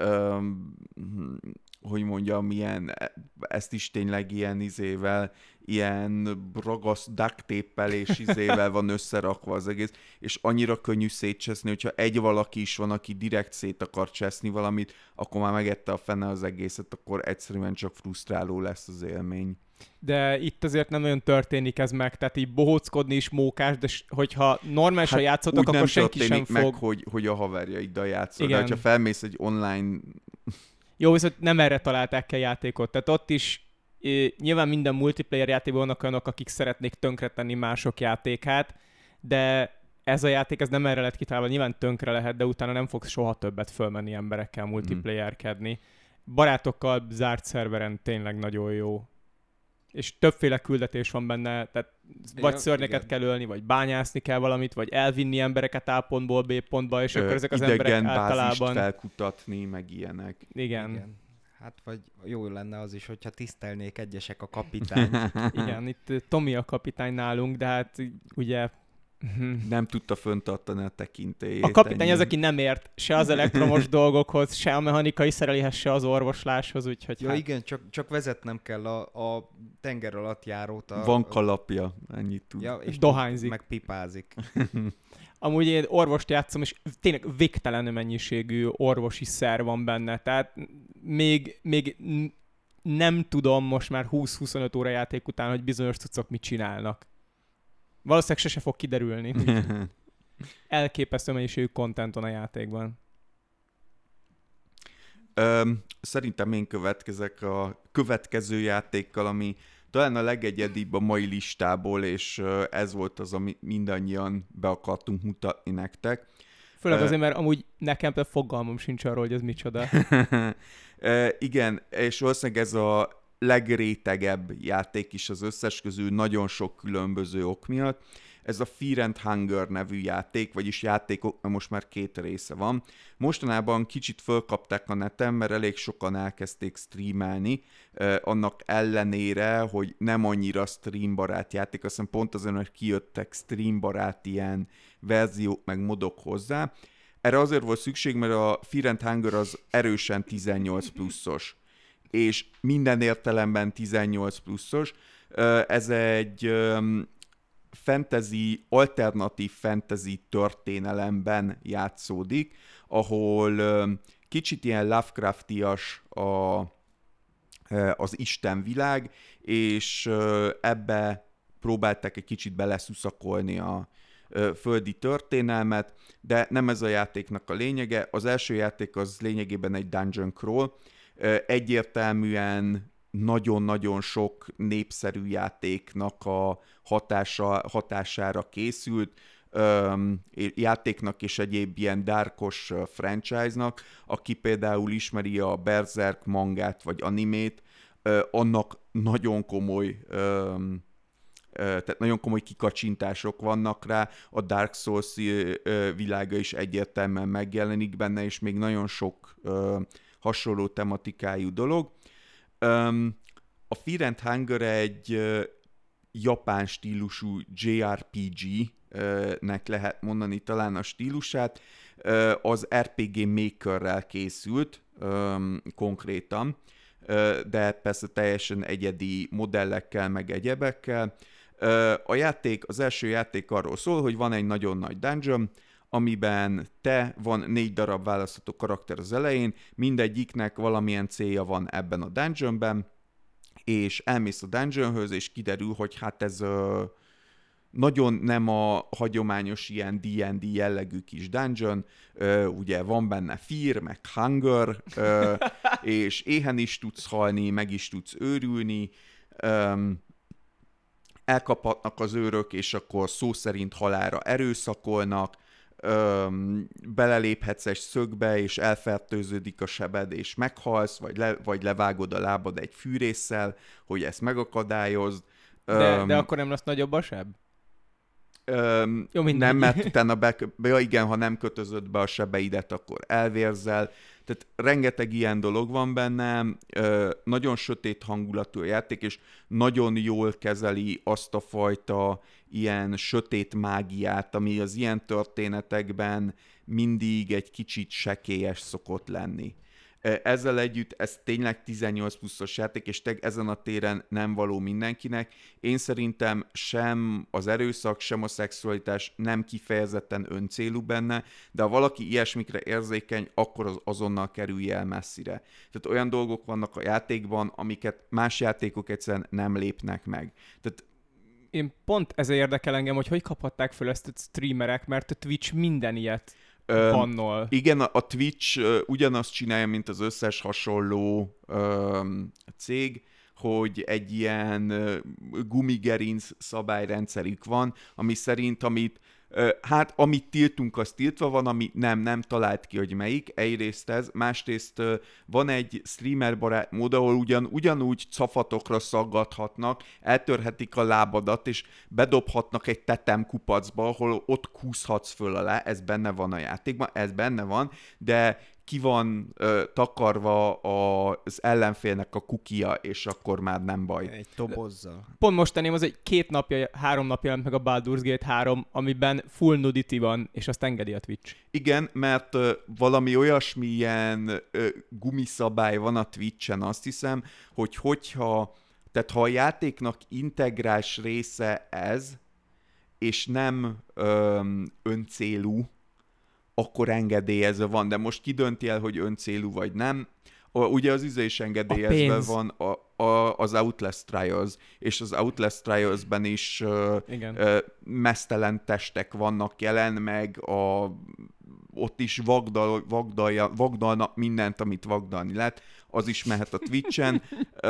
hogy mondjam, ezt is tényleg ilyen duct tape-el és van összerakva az egész, és annyira könnyű szétcseszni, hogyha egy valaki is van, aki direkt szét akar cseszni valamit, akkor már megette a fene az egészet, akkor egyszerűen csak frusztráló lesz az élmény. De itt azért nem nagyon történik ez meg, tehát így bohóckodni is mókás, de hogyha normálisan játszotok, akkor senki sem meg, fog... hogy a haverjaiddal játszol. De ha felmész egy online... Jó, viszont nem erre találták ki a játékot. Tehát ott is nyilván minden multiplayer játékban vannak olyanok, akik szeretnék tönkretenni mások játékát, de ez a játék ez nem erre lett kitalálva. Nyilván tönkre lehet, de utána nem fogsz soha többet fölmenni emberekkel multiplayerkedni. Barátokkal zárt szerveren tényleg nagyon jó. És többféle küldetés van benne, tehát vagy szörnyeket kell ölni, vagy bányászni kell valamit, vagy elvinni embereket A pontból B pontba, és akkor ezek az emberek általában... felkutatni, meg ilyenek. Igen. Hát vagy jó lenne az is, hogyha tisztelnék egyesek a kapitányt. Igen, itt Tomi a kapitány nálunk, de hát ugye... Nem tudta föntartani a tekintélyét. A kapitány az, aki nem ért se az elektromos dolgokhoz, se a mechanikai szereléhez, se az orvosláshoz, úgyhogy... Ja, igen, csak vezetnem kell a tenger alatt járót. Van kalapja, ennyit tud. Ja, és dohányzik. Meg pipázik. Amúgy én orvost játszom, és tényleg végtelen mennyiségű orvosi szer van benne, tehát még nem tudom most már 20-25 óra játék után, hogy bizonyos cuccok mit csinálnak. Valószínűleg sose fog kiderülni. Elképesztő mennyiségű content van a játékban. Szerintem én következek a következő játékkal, ami talán a legegyedibb a mai listából, és ez volt az, amit mindannyian be akartunk mutatni nektek. Főleg azért, mert amúgy nekem fogalmam sincs arról, hogy ez micsoda. Igen, és valószínűleg ez a legrétegebb játék is az összes közül nagyon sok különböző ok miatt. Ez a Fear and Hunger nevű játék, vagyis játékok, most már 2 része van. Mostanában kicsit fölkapták a neten, mert elég sokan elkezdték streamelni, annak ellenére, hogy nem annyira streambarát játék, azt hiszem pont azért, hogy kijöttek streambarát ilyen verziók, meg modok hozzá. Erre azért volt szükség, mert a Fear and Hunger az erősen 18 pluszos, és minden értelemben 18 pluszos. Ez egy alternatív fantasy történelemben játszódik, ahol kicsit ilyen Lovecraftias az istenvilág, és ebbe próbálták egy kicsit beleszuszakolni a földi történelmet, de nem ez a játéknak a lényege. Az első játék az lényegében egy dungeon crawl, egyértelműen nagyon-nagyon sok népszerű játéknak a hatására készült, játéknak és egyéb ilyen darkos franchise-nak, aki például ismeri a Berserk mangát vagy animét, annak nagyon komoly tehát nagyon komoly kikacsintások vannak rá, a Dark Souls világa is egyértelműen megjelenik benne, és még nagyon sok hasonló tematikájú dolog. A Fear and Hunger egy japán stílusú JRPG-nek lehet mondani talán a stílusát. Az RPG Maker-rel készült konkrétan, de persze teljesen egyedi modellekkel, meg egyebekkel. Az első játék arról szól, hogy van egy nagyon nagy dungeon, amiben van 4 darab választható karakter az elején, mindegyiknek valamilyen célja van ebben a dungeonben, és elmész a dungeonhöz, és kiderül, hogy hát ez nagyon nem a hagyományos ilyen D&D jellegű kis dungeon, ugye van benne fear, meg hunger, és éhen is tudsz halni, meg is tudsz őrülni. elkaphatnak az őrök, és akkor szó szerint halálra erőszakolnak, beleléphetsz egy szögbe, és elfertőződik a sebed, és meghalsz, vagy levágod a lábad egy fűrésszel, hogy ezt megakadályozd. De akkor nem lesz nagyobb a seb? Jó, nem, mert utána igen, ha nem kötözöd be a sebeidet, akkor elvérzel. Tehát rengeteg ilyen dolog van benne, nagyon sötét hangulatú a játék, és nagyon jól kezeli azt a fajta ilyen sötét mágiát, ami az ilyen történetekben mindig egy kicsit sekélyes szokott lenni. Ezzel együtt ez tényleg 18 pluszos játék, és ezen a téren nem való mindenkinek. Én szerintem sem az erőszak, sem a szexualitás nem kifejezetten öncélú benne, de ha valaki ilyesmikre érzékeny, akkor az azonnal kerülje el messzire. Tehát olyan dolgok vannak a játékban, amiket más játékok egyszerűen nem lépnek meg. Tehát én pont ezért érdekel engem, hogy kaphatták föl ezt a streamerek, mert a Twitch minden ilyet bannol. Igen, a Twitch ugyanazt csinálja, mint az összes hasonló cég, hogy egy ilyen gumigerinc szabályrendszerük van, ami szerint, amit tiltunk, az tiltva van, ami nem talált ki, hogy melyik. Egyrészt ez, másrészt van egy streamer barát mód, ahol ugyanúgy cafatokra szaggathatnak, eltörhetik a lábadat, és bedobhatnak egy tetem kupacba, ahol ott kúszhatsz föl alá, ez benne van a játékban, ez benne van, de ki van takarva az ellenfélnek a kukia, és akkor már nem baj. Egy tobozzal. Pont most tenném az, hogy 3 napja jelent meg a Baldur's Gate 3, amiben full nudity van, és azt engedi a Twitch. Igen, mert valami olyasmilyen gumiszabály van a Twitchen, azt hiszem, hogyha a játéknak integráns része ez, és nem öncélú, akkor engedélyezve van, de most ki dönti el, hogy öncélú vagy nem. Ugye az is engedélyezve van az Outlast Trials, és az Outlast Trials-ben is meztelen testek vannak jelen, meg ott is vagdalnak mindent, amit vagdalni lehet, az is mehet a Twitchen.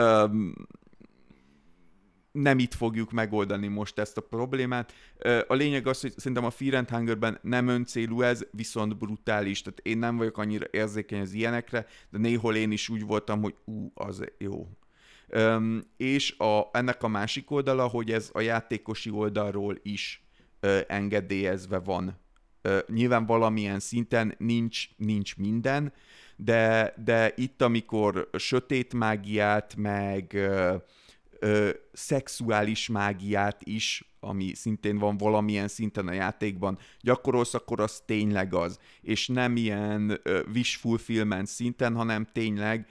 Nem itt fogjuk megoldani most ezt a problémát. A lényeg az, hogy szerintem a Fear and Hungerben nem öncélú ez, viszont brutális. Tehát én nem vagyok annyira érzékeny az ilyenekre, de néhol én is úgy voltam, hogy az jó. És ennek a másik oldala, hogy ez a játékosi oldalról is engedélyezve van. Nyilván valamilyen szinten nincs minden, de itt, amikor sötét mágiát, meg szexuális mágiát is, ami szintén van valamilyen szinten a játékban, gyakorolsz, akkor az tényleg az. És nem ilyen wish fulfillment szinten, hanem tényleg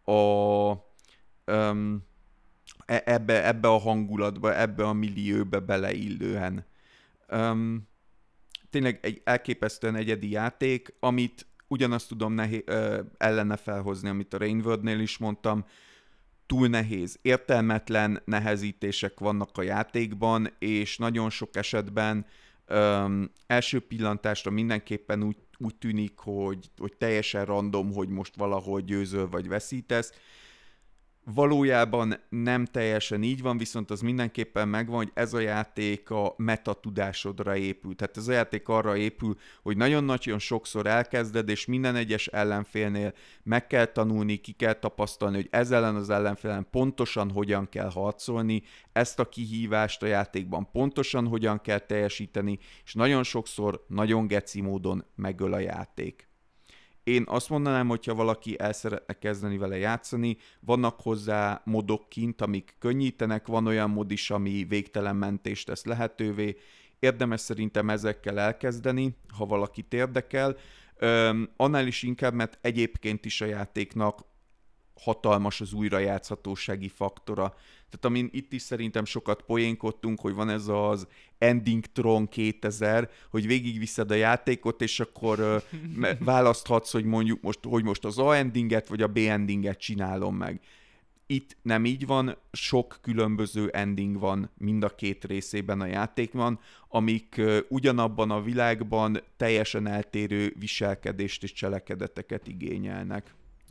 ebbe a hangulatba, ebbe a millióbe beleillően. Tényleg egy elképesztően egyedi játék, amit ugyanazt tudom ellene felhozni, amit a Rainworld-nél is mondtam, túl nehéz, értelmetlen nehezítések vannak a játékban, és nagyon sok esetben első pillantásra mindenképpen úgy tűnik, hogy teljesen random, hogy most valahol győzöl vagy veszítesz. Valójában nem teljesen így van, viszont az mindenképpen megvan, hogy ez a játék a metatudásodra épül. Tehát ez a játék arra épül, hogy nagyon-nagyon sokszor elkezded, és minden egyes ellenfélnél meg kell tanulni, ki kell tapasztalni, hogy ezzel ellen az ellenfélen pontosan hogyan kell harcolni, ezt a kihívást a játékban pontosan hogyan kell teljesíteni, és nagyon sokszor nagyon geci módon megöl a játék. Én azt mondanám, hogyha valaki el szeretne kezdeni vele játszani, vannak hozzá modok kint, amik könnyítenek, van olyan mod is, ami végtelen mentést tesz lehetővé. Érdemes szerintem ezekkel elkezdeni, ha valakit érdekel. Annál is inkább, mert egyébként is a játéknak hatalmas az újrajátszhatósági faktora. Tehát amin itt is szerintem sokat poénkodtunk, hogy van ez az Ending Tron 2000, hogy végigviszed a játékot, és akkor választhatsz, hogy mondjuk most az A endinget, vagy a B endinget csinálom meg. Itt nem így van, sok különböző ending van mind a két részében a játékban, amik ugyanabban a világban teljesen eltérő viselkedést és cselekedeteket igényelnek.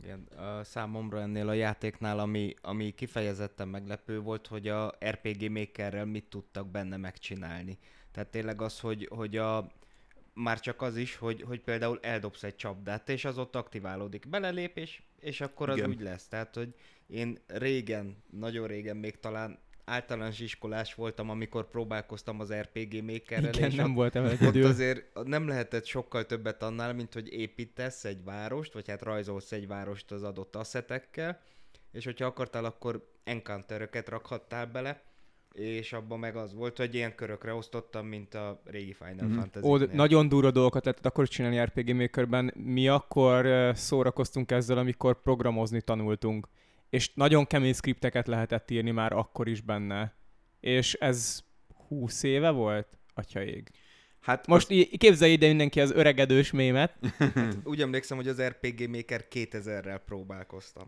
Igen, a számomra ennél a játéknál, ami kifejezetten meglepő volt, hogy a RPG Makerrel mit tudtak benne megcsinálni. Tehát tényleg az, hogy már csak az is, hogy például eldobsz egy csapdát, és az ott aktiválódik. Belelép, és akkor az Igen. úgy lesz. Tehát, hogy én régen, nagyon régen még talán általános iskolás voltam, amikor próbálkoztam az RPG Makerrel, Igen, és nem voltam vele ott egyedül. azért nem lehetett sokkal többet annál, mint hogy építesz egy várost, vagy hát rajzolsz egy várost az adott asszetekkel, és hogyha akartál, akkor encounteröket rakhattál bele, és abban meg az volt, hogy ilyen körökre osztottam, mint a régi Final Fantasy-nél. Nagyon durva dolgokat lehetett akkor csinálni RPG Makerben. Mi akkor szórakoztunk ezzel, amikor programozni tanultunk. És nagyon kemény skripteket lehetett írni már akkor is benne. És ez 20 éve volt? Atyaég. Hát Most képzelj ide mindenki az öregedős mémet. Úgy emlékszem, hogy az RPG Maker 2000-rel próbálkoztam.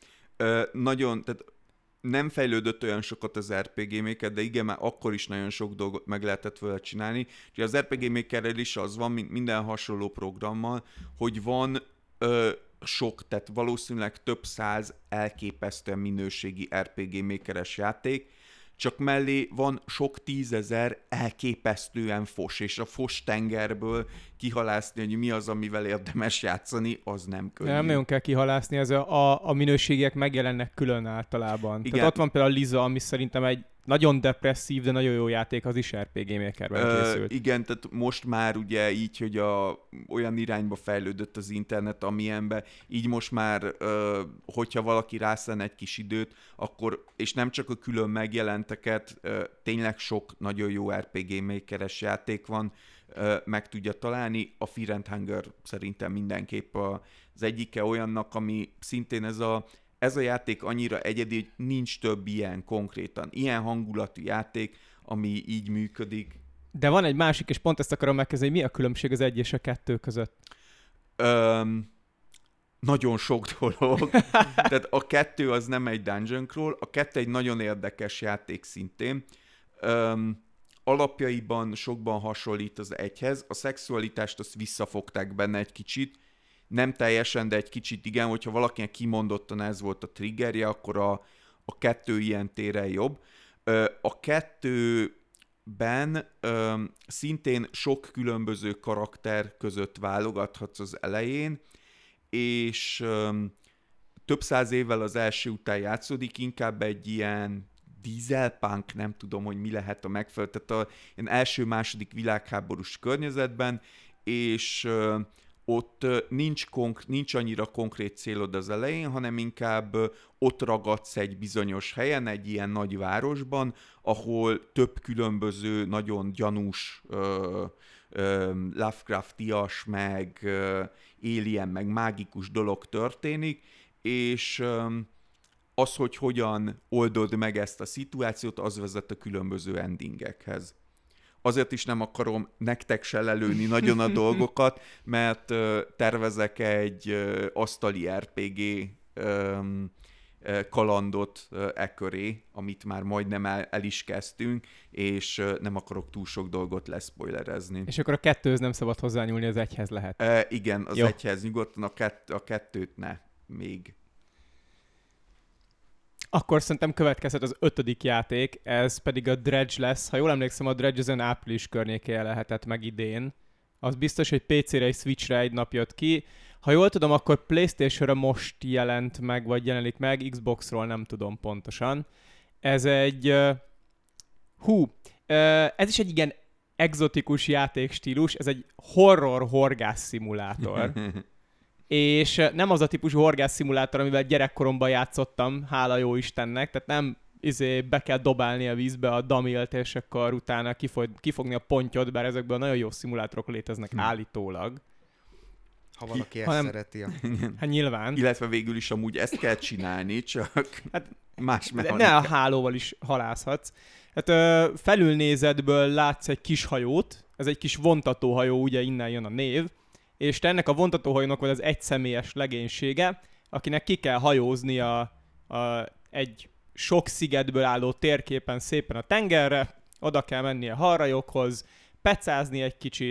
nagyon, tehát nem fejlődött olyan sokat az RPG Maker, de igen, már akkor is nagyon sok dolgot meg lehetett vele csinálni. Úgyhogy az RPG Makerrel is az van, mint minden hasonló programmal, hogy van sok, tehát valószínűleg több száz elképesztően minőségi RPG Makeres játék, csak mellé van sok tízezer elképesztően fos, és a fos tengerből kihalászni, hogy mi az, amivel érdemes játszani, az nem könnyű. Nem nagyon kell kihalászni, ez a minőségiek megjelennek külön általában. Igen. Tehát ott van például a Liza, ami szerintem egy nagyon depresszív, de nagyon jó játék, az is RPG Makerben készült. Igen, tehát most már ugye így, hogy olyan irányba fejlődött az internet, amilyenbe, így most már, hogyha valaki rászán egy kis időt, akkor, és nem csak a külön megjelenteket, tényleg sok nagyon jó RPG Makeres játék van, meg tudja találni. A Fear and Hunger szerintem mindenképp az egyike olyannak, ami szintén ez a játék annyira egyedi, hogy nincs több ilyen konkrétan. Ilyen hangulatú játék, ami így működik. De van egy másik, és pont ezt akarom megkezdeni, mi a különbség az 1 és a 2 között? Nagyon sok dolog. Tehát a 2 az nem egy dungeon crawl, a 2 egy nagyon érdekes játék szintén. Alapjaiban sokban hasonlít az 1-hez. A szexualitást azt visszafogták benne egy kicsit. Nem teljesen, de egy kicsit igen, hogyha valakinek kimondottan ez volt a triggerje, akkor a 2 ilyen téren jobb. A 2-ben szintén sok különböző karakter között válogathatsz az elején, és több száz évvel az első után játszódik, inkább egy ilyen dieselpunk, nem tudom, hogy mi lehet a megfelelő, tehát ilyen első-második világháborús környezetben, és ott nincs annyira konkrét célod az elején, hanem inkább ott ragadsz egy bizonyos helyen, egy ilyen nagy városban, ahol több különböző, nagyon gyanús, Lovecraftias, meg alien, meg mágikus dolog történik, és az, hogy hogyan oldod meg ezt a szituációt, az vezet a különböző endingekhez. Azért is nem akarom nektek se lelőni nagyon a dolgokat, mert tervezek egy asztali RPG kalandot köré, amit már majdnem el is kezdtünk, és nem akarok túl sok dolgot leszpoilerezni. És akkor a 2-höz nem szabad hozzányúlni, az 1-hez lehet. Igen, az Jó. 1-hez nyugodtan, a 2-t ne, még. Akkor szerintem következhet az 5. játék, ez pedig a Dredge lesz. Ha jól emlékszem, a Dredge az április környékén lehetett meg idén. Az biztos, hogy PC-re és Switch-re egy nap jött ki. Ha jól tudom, akkor PlayStation-ra most jelent meg, vagy jelenik meg, Xbox-ról nem tudom pontosan. Ez egy... ez is egy igen egzotikus játékstílus, ez egy horror-horgász szimulátor. És nem az a típusú horgász-szimulátor, amivel gyerekkoromban játszottam, hála jó Istennek, tehát nem be kell dobálni a vízbe a damilt, és akkor utána kifogni a pontyot, bár ezekből nagyon jó szimulátorok léteznek állítólag. Ha valaki ezt szereti. Hát nyilván. Illetve végül is amúgy ezt kell csinálni, csak más mechanika. Ne a hálóval is halászhatsz. Hát felülnézetből látsz egy kis hajót, ez egy kis vontatóhajó, ugye innen jön a név, és te ennek a vontatóhajónak vagy az egyszemélyes legénysége, akinek ki kell hajózni egy sok szigetből álló térképen szépen a tengerre, oda kell mennie halrajokhoz, pecázni egy kicsit,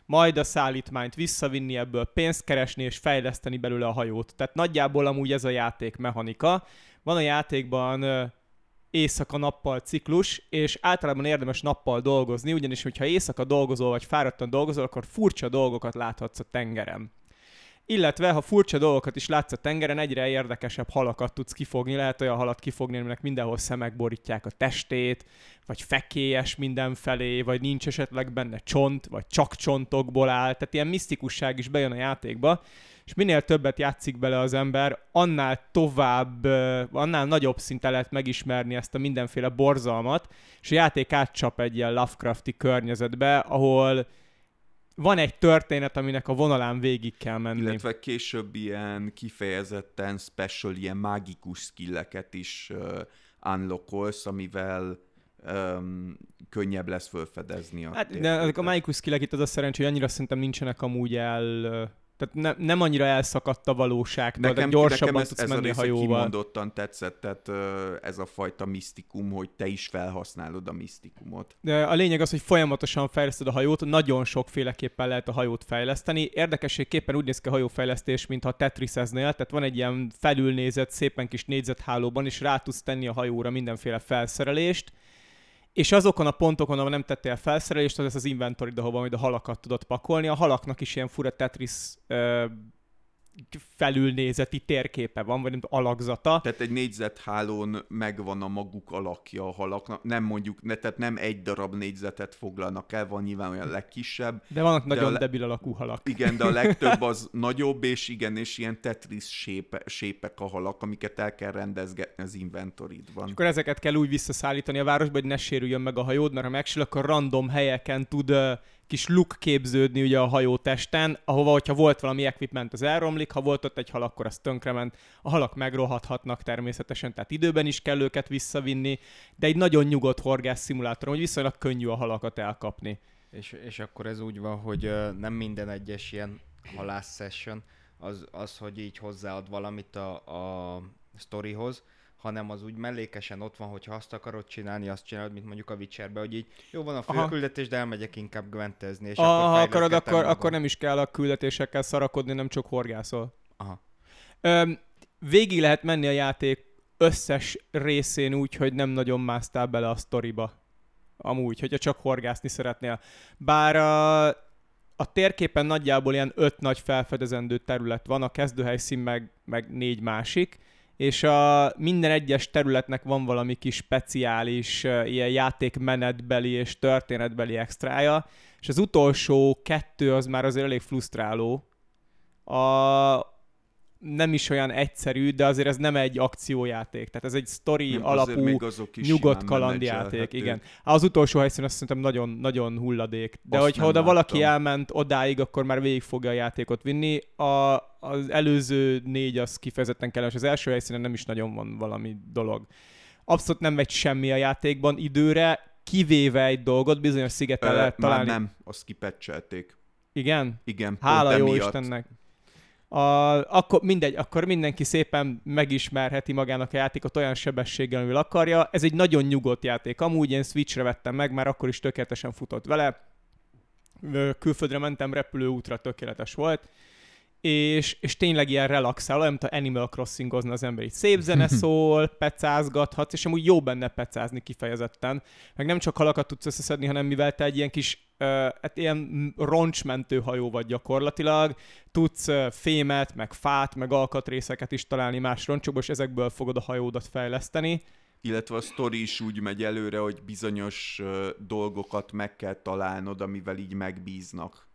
majd a szállítmányt visszavinni, ebből pénzt keresni és fejleszteni belőle a hajót. Tehát nagyjából amúgy ez a játék mechanika. Van a játékban éjszaka-nappal ciklus, és általában érdemes nappal dolgozni, ugyanis, hogyha éjszaka dolgozol, vagy fáradtan dolgozol, akkor furcsa dolgokat láthatsz a tengeren. Illetve, ha furcsa dolgokat is látsz a tengeren, egyre érdekesebb halakat tudsz kifogni. Lehet olyan halat kifogni, aminek mindenhol szemek borítják a testét, vagy fekélyes mindenfelé, vagy nincs esetleg benne csont, vagy csak csontokból áll. Tehát ilyen misztikusság is bejön a játékba, és minél többet játszik bele az ember, annál tovább, annál nagyobb szinten lehet megismerni ezt a mindenféle borzalmat, és a játék átcsap egy ilyen Lovecrafti környezetbe, ahol van egy történet, aminek a vonalán végig kell menni. Illetve később ilyen kifejezetten special, ilyen mágikus skilleket is unlockolsz, amivel könnyebb lesz felfedezni a hát, de a mágikus skillek itt az a szerencsé, hogy annyira szerintem nincsenek amúgy tehát nem annyira elszakadt a valóságtól, de gyorsabban tudsz menni a hajóval. Kimondottan tetszett, tehát ez a fajta misztikum, hogy te is felhasználod a misztikumot. De a lényeg az, hogy folyamatosan fejleszted a hajót, nagyon sokféleképpen lehet a hajót fejleszteni. Érdekességképpen úgy néz ki a hajófejlesztés, mintha a Tetriseznél, tehát van egy ilyen felülnézet, szépen kis négyzethálóban, és rá tudsz tenni a hajóra mindenféle felszerelést, és azokon a pontokon, ahol nem tettél felszerelést, az lesz az inventory, ahova majd a halakat tudod pakolni. A halaknak is ilyen fura Tetris felülnézeti térképe van, vagy nem alakzata. Tehát egy négyzethálón megvan a maguk alakja a halaknak. Nem mondjuk, tehát nem egy darab négyzetet foglalnak el, van nyilván olyan legkisebb. De vannak nagyon debil alakú halak. Igen, de a legtöbb az nagyobb, és ilyen Tetris sépek a halak, amiket el kell rendezgetni az inventoridban. És akkor ezeket kell úgy visszaszállítani a városba, hogy ne sérüljön meg a hajód, mert ha megsül, akkor random helyeken tud kis luk képződni ugye a hajótesten, ahova, hogyha volt valami equipment, az elromlik, ha volt ott egy hal, akkor az tönkrement. A halak megrohadhatnak természetesen, tehát időben is kell őket visszavinni, de egy nagyon nyugodt horgász szimulátor, hogy viszonylag könnyű a halakat elkapni. És akkor ez úgy van, hogy nem minden egyes ilyen halász session az, hogy így hozzáad valamit a sztorihoz, hanem az úgy mellékesen ott van, hogyha azt akarod csinálni, azt csinálod, mint mondjuk a Witcherbe, hogy így jó van a főküldetés, de elmegyek inkább gwentezni, és ha akarod, akkor nem is kell a küldetésekkel szarakodni, nem csak horgászol. Aha. Végig lehet menni a játék összes részén úgy, hogy nem nagyon másztál bele a sztoriba. Amúgy, hogyha csak horgászni szeretnél. Bár a térképen nagyjából ilyen 5 nagy felfedezendő terület van, a kezdőhelyszín meg 4 másik, és minden egyes területnek van valami kis speciális ilyen játékmenetbeli és történetbeli extrája, és az utolsó 2 az már azért elég frusztráló. Nem is olyan egyszerű, de azért ez nem egy akciójáték, tehát ez egy sztori alapú, nyugodt kalandjáték, igen. Az utolsó helyszín azt szerintem nagyon, nagyon hulladék, de azt hogyha oda valaki elment odáig, akkor már végig fogja a játékot vinni. Az előző 4 az kifejezetten kellemes, az első helyszínen nem is nagyon van valami dolog. Abszolút nem megy semmi a játékban időre, kivéve egy dolgot, bizonyos szigeten lehet találni. Már nem, azt kipatchelték. Igen? Igen. Hála jó Istennek. Akkor mindenki szépen megismerheti magának a játékot olyan sebességgel, amivel akarja. Ez egy nagyon nyugodt játék. Amúgy én Switchre vettem meg, már akkor is tökéletesen futott vele. Külföldre mentem, repülőútra tökéletes volt. És tényleg ilyen relaxál, olyan, mint a Animal Crossing-ozna az ember. Így szép zene szól, pecázgathatsz, és amúgy jó benne pecázni kifejezetten. Meg nem csak halakat tudsz összeszedni, hanem mivel te egy ilyen kis ilyen roncsmentő hajó vagy gyakorlatilag, tudsz fémet, meg fát, meg alkatrészeket is találni más roncsokból, és ezekből fogod a hajódat fejleszteni. Illetve a sztori is úgy megy előre, hogy bizonyos dolgokat meg kell találnod, amivel így megbíznak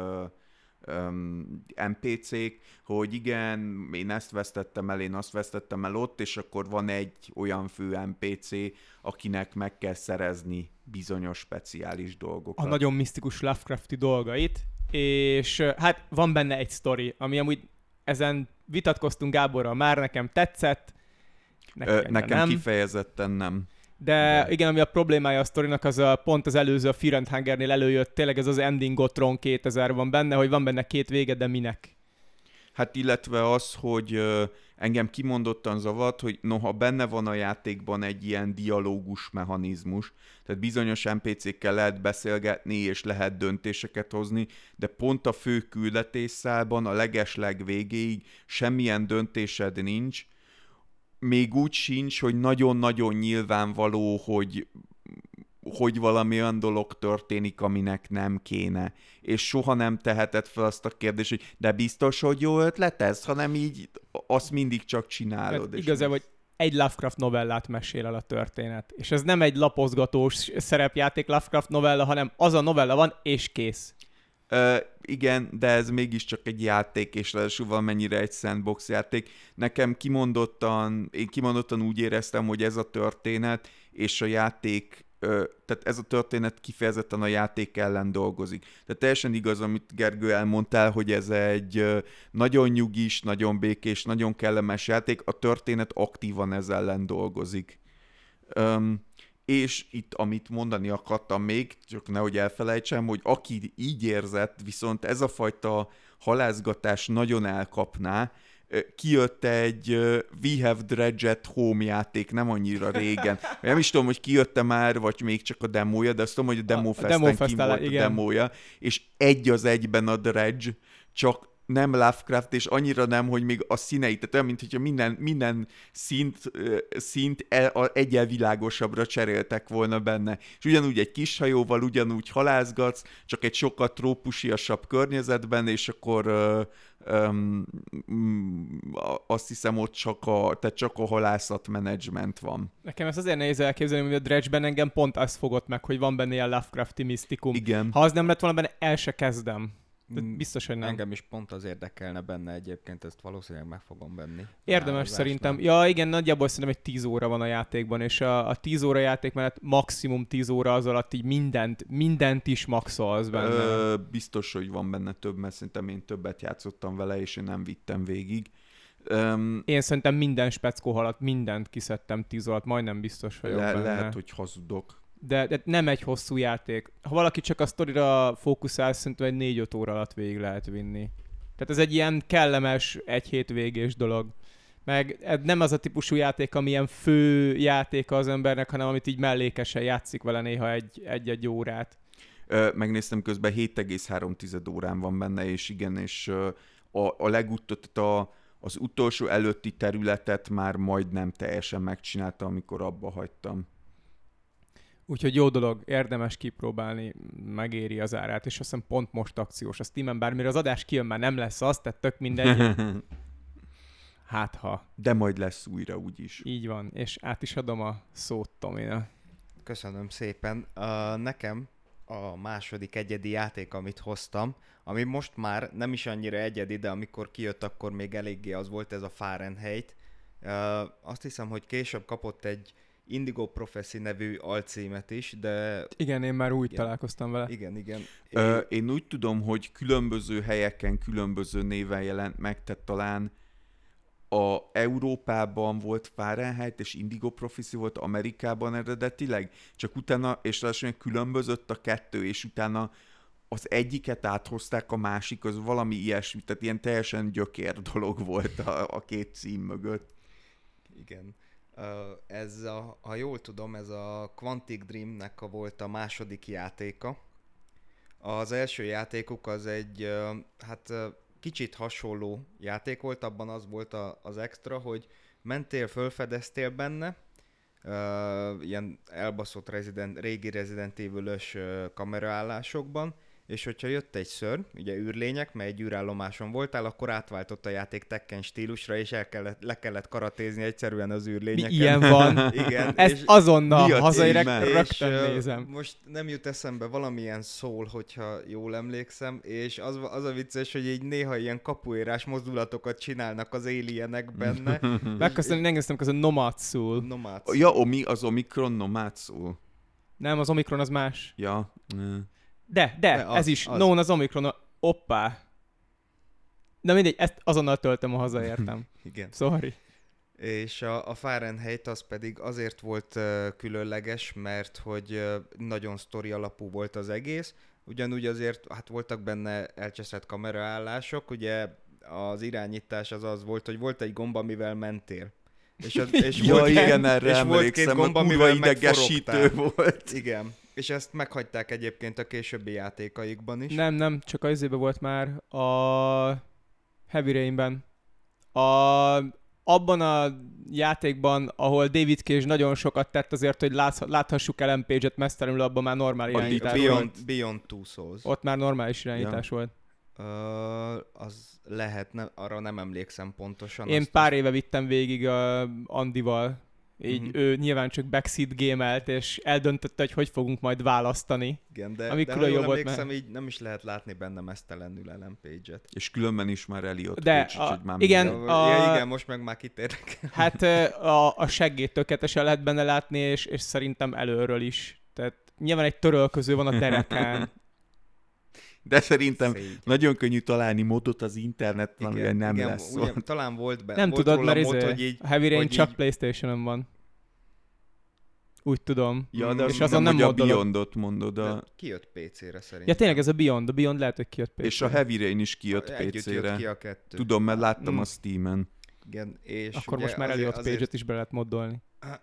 NPC-k, hogy igen, én ezt vesztettem el, én azt vesztettem el ott, és akkor van egy olyan fő NPC, akinek meg kell szerezni bizonyos speciális dolgokat. A nagyon misztikus Lovecrafti dolgait, és hát van benne egy sztori, ami amúgy ezen vitatkoztunk Gáborral már, nekem tetszett, nekem nem. Kifejezetten nem. De igen, ami a problémája a sztorinak, az pont az előző a Fear and Hungernél előjött, tényleg ez az Ending Gotron 2000 van benne, hogy van benne 2 vége, de minek? Hát illetve az, hogy engem kimondottan zavart, hogy noha benne van a játékban egy ilyen dialógus mechanizmus, tehát bizonyos NPC-kkel lehet beszélgetni és lehet döntéseket hozni, de pont a fő küldetésszálban a legesleg végéig semmilyen döntésed nincs, még úgy sincs, hogy nagyon-nagyon nyilvánvaló, hogy valami olyan dolog történik, aminek nem kéne. És soha nem teheted fel azt a kérdést, hogy de biztos, hogy jó ötlet ez, hanem így azt mindig csak csinálod. Hát igazából, hogy egy Lovecraft novellát mesél el a történet. És ez nem egy lapozgatós szerepjáték Lovecraft novella, hanem az a novella van, és kész. Igen, de ez mégiscsak egy játék, és ráadásul valamennyire egy sandbox játék. Nekem én kimondottan úgy éreztem, hogy ez a történet és a játék, tehát ez a történet kifejezetten a játék ellen dolgozik. Tehát teljesen igaz, amit Gergő elmondtál, hogy ez egy nagyon nyugis, nagyon békés, nagyon kellemes játék, a történet aktívan ez ellen dolgozik. És itt, amit mondani akartam még, csak nehogy elfelejtsem, hogy aki így érzett, viszont ez a fajta halászgatás nagyon elkapná, kijött egy We Have Dredged Home játék nem annyira régen. Nem is tudom, hogy kijött-e már, vagy még csak a demója, de azt tudom, hogy a Demo Festen kim volt a demója, és egy az egyben a Dredge, csak nem Lovecraft, és annyira nem, hogy még a színeit, tehát olyan, mint hogyha minden szint egyel világosabbra cseréltek volna benne. És ugyanúgy egy kis hajóval, ugyanúgy halászgatsz, csak egy sokkal trópusiasabb környezetben, és akkor azt hiszem ott csak a halászatmenedzsment van. Nekem ezt azért nehéz elképzelni, hogy a Dredge-ben engem pont az fogott meg, hogy van benne ilyen Lovecrafti misztikum. Igen. Ha az nem lett volna benne, el se kezdem. Tehát biztos, hogy nem. Engem is pont az érdekelne benne egyébként, ezt valószínűleg meg fogom venni. Érdemes szerintem. Ja, igen, nagyjából szerintem egy 10 óra van a játékban, és a 10 óra játék mellett maximum 10 óra az alatt így mindent is maxolsz benne. Biztos, hogy van benne több, mert szerintem én többet játszottam vele, és én nem vittem végig. Én szerintem minden speckó halat, mindent kiszedtem 10 alatt, majdnem biztos vagyok benne. Lehet, hogy hazudok. De nem egy hosszú játék. Ha valaki csak a sztorira fókuszál, szerintem egy 4-5 óra alatt végig lehet vinni. Tehát ez egy ilyen kellemes, egy hét végés dolog. Meg nem az a típusú játék, ami ilyen fő játéka az embernek, hanem amit így mellékesen játszik vele néha egy órát. Megnéztem közben 7,3 órán van benne, és igen, és az utolsó előtti területet már majdnem teljesen megcsinálta, amikor abba hagytam. Úgyhogy jó dolog, érdemes kipróbálni, megéri az árát, és azt hiszem pont most akciós a Steamen, bármire az adás kijön, már nem lesz az, tehát tök mindegy. Hát ha. De majd lesz újra úgyis. Így van, és át is adom a szót Tominak. Köszönöm szépen. Nekem a második egyedi játék, amit hoztam, ami most már nem is annyira egyedi, de amikor kijött, akkor még eléggé az volt, ez a Fahrenheit. Azt hiszem, hogy később kapott egy Indigo Prophecy nevű alcímet is, de... Igen, én már úgy találkoztam vele. Igen. Én úgy tudom, hogy különböző helyeken, különböző néven jelent meg, tehát talán a Európában volt Fahrenheit, és Indigo Prophecy volt Amerikában eredetileg, csak utána, és ráadásul különbözött a kettő, és utána az egyiket áthozták, a másik, az valami ilyesmi, tehát ilyen teljesen gyökér dolog volt a két cím mögött. Igen. Ha jól tudom, ez a Quantic Dreamnek volt a második játéka. Az első játékuk az egy, kicsit hasonló játék volt, abban az volt az extra, hogy mentél, fölfedeztél benne, ilyen elbaszott régi Resident Evil-ös kameraállásokban, és hogyha jött egy szörny, ugye űrlények, mert egy űrállomáson voltál, akkor átváltott a játék Tekken stílusra, és le kellett karatézni egyszerűen az űrlényeken. Ilyen van. Igen. Ezt azonnal hazaérek, rögtön nézem. Most nem jut eszembe valamilyen szól, hogyha jól emlékszem, és az a vicces, hogy így néha ilyen kapuérás mozdulatokat csinálnak az alienek benne. Megköszönöm, megnéztem, az a Nomad Soul. Ja, az Omikron Nomad Soul. Nem, az Omikron az más. Ja. De ez is. No, az Omikron. Oppá. De mindegy, ezt azonnal töltöm, ha hazaértem. Igen. Sorry. És a Fahrenheit az pedig azért volt különleges, mert hogy nagyon sztori alapú volt az egész. Ugyanúgy azért, voltak benne elcseszett kameraállások, ugye az irányítás az volt, hogy volt egy gomb, amivel mentél. És Ja, volt, igen, erre és volt két emlékszem, gomb, a kurva amivel idegesítő megforogtál. volt. Igen. És ezt meghagyták egyébként a későbbi játékaikban is. Nem, csak az izébe volt már a Heavy Rainben. Abban a játékban, ahol David Cage nagyon sokat tett azért, hogy láthassuk Ellen Page-et mesztelenül, abban már normál irányítás volt. Beyond Two Souls. Ott már normális irányítás volt. Az lehet, arra nem emlékszem pontosan. Én pár éve vittem végig Andival. Így ő nyilván csak backseat game-elt, és eldöntötte, hogy fogunk majd választani. Igen, de ha jól volt, emlékszem, így nem is lehet látni benne mesztelenül Ellen Page-et. És különben is már Elliot de Page, úgyhogy már igen, igen, most meg már kitérnek. Hát a seggét tökéletesen lehet benne látni, és szerintem előről is. Tehát nyilván egy törölköző van a derekán. De szerintem Szégy. nagyon könnyű találni modot az interneten, hogy nem lesz. Ugye, talán volt benne. Nem volt tudod, mert mod, hogy így, a Heavy Rain hogy csak így... PlayStation-on van. Úgy tudom. Ja, de és azt azon nem, hogy a moddolod. Beyondot mondod. De kijött PC-re szerintem. Ja, tényleg ez a Beyond lehet, hogy kijött PC-re. És a Heavy Rain is kijött Együtt jött PC-re. ki a kettő. Tudom, mert láttam a Steamen. Igen, és akkor ugye most már Elliot Page-et is be lehet moddolni.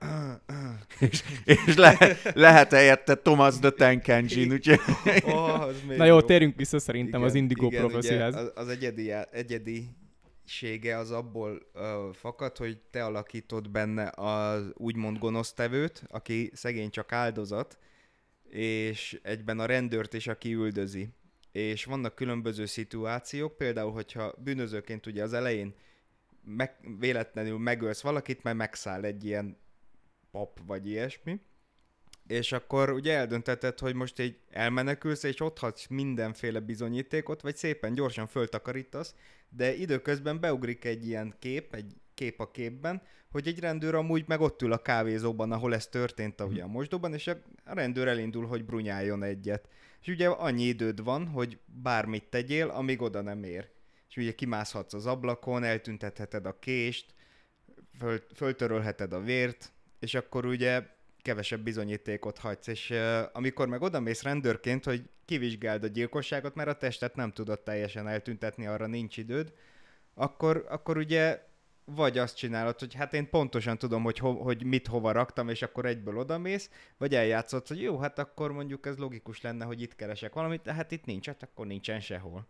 És lehet érte Thomas the Tank Engine, úgyhogy... Na jó, térjünk vissza szerintem igen, az Indigo igen, Prophecyhez. Az egyedisége az abból fakad, hogy te alakítod benne az úgymond gonosztevőt, aki szegény csak áldozat, és egyben a rendőrt is, aki üldözi. És vannak különböző szituációk, például, hogyha bűnözőként ugye az elején véletlenül megölsz valakit, mert megszáll egy ilyen pap vagy ilyesmi, és akkor ugye eldöntheted, hogy most így elmenekülsz, és ott hagysz mindenféle bizonyítékot, vagy szépen gyorsan föltakarítasz, de időközben beugrik egy ilyen kép a képben, hogy egy rendőr amúgy meg ott ül a kávézóban, ahol ez történt ugye a mosdóban, és a rendőr elindul, hogy brunyáljon egyet. És ugye annyi időd van, hogy bármit tegyél, amíg oda nem ér. És ugye kimászhatsz az ablakon, eltüntetheted a kést, föltörölheted a vért, és akkor ugye kevesebb bizonyítékot hagysz, és amikor meg odamész rendőrként, hogy kivizsgáld a gyilkosságot, mert a testet nem tudod teljesen eltüntetni, arra nincs időd, akkor ugye vagy azt csinálod, hogy hát én pontosan tudom, hogy mit hova raktam, és akkor egyből odamész, vagy eljátszod, hogy jó, hát akkor mondjuk ez logikus lenne, hogy itt keresek valamit, de hát itt nincs, hát akkor nincsen sehol.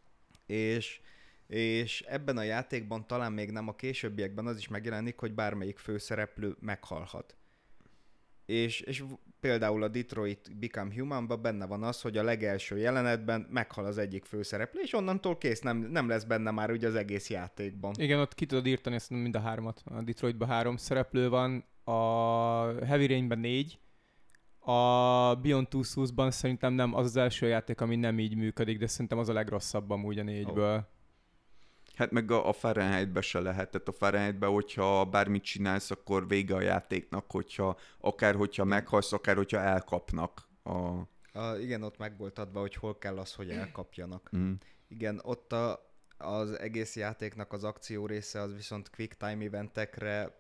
És ebben a játékban talán még nem, a későbbiekben az is megjelenik, hogy bármelyik főszereplő meghalhat. És például a Detroit Become Human-ban benne van az, hogy a legelső jelenetben meghal az egyik főszereplő, és onnantól kész, nem lesz benne már ugye az egész játékban. Igen, ott ki tudod írtani ezt mind a hármat. A Detroitban 3 szereplő van, a Heavy Rainben 4, a Beyond Two Souls-ban szerintem nem az az első játék, ami nem így működik, de szerintem az a legrosszabb amúgy a 4-ből. Hát meg a Fahrenheit-be se lehetett. A Fahrenheit-be, hogyha bármit csinálsz, akkor vége a játéknak, hogyha meghalsz, akár hogyha elkapnak. Igen, ott meg volt adva, hogy hol kell az, hogy elkapjanak. Mm. Igen, ott az egész játéknak az akció része az viszont quick time eventekre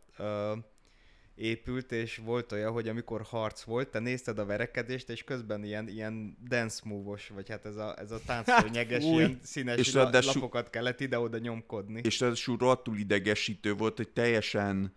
épült, és volt olyan, hogy amikor harc volt, te nézted a verekedést, és közben ilyen dance move-os, vagy hát ez a táncszörnyeges, ilyen színes lapokat kellett ide-oda nyomkodni. És ráadásul rohadtul idegesítő volt, hogy teljesen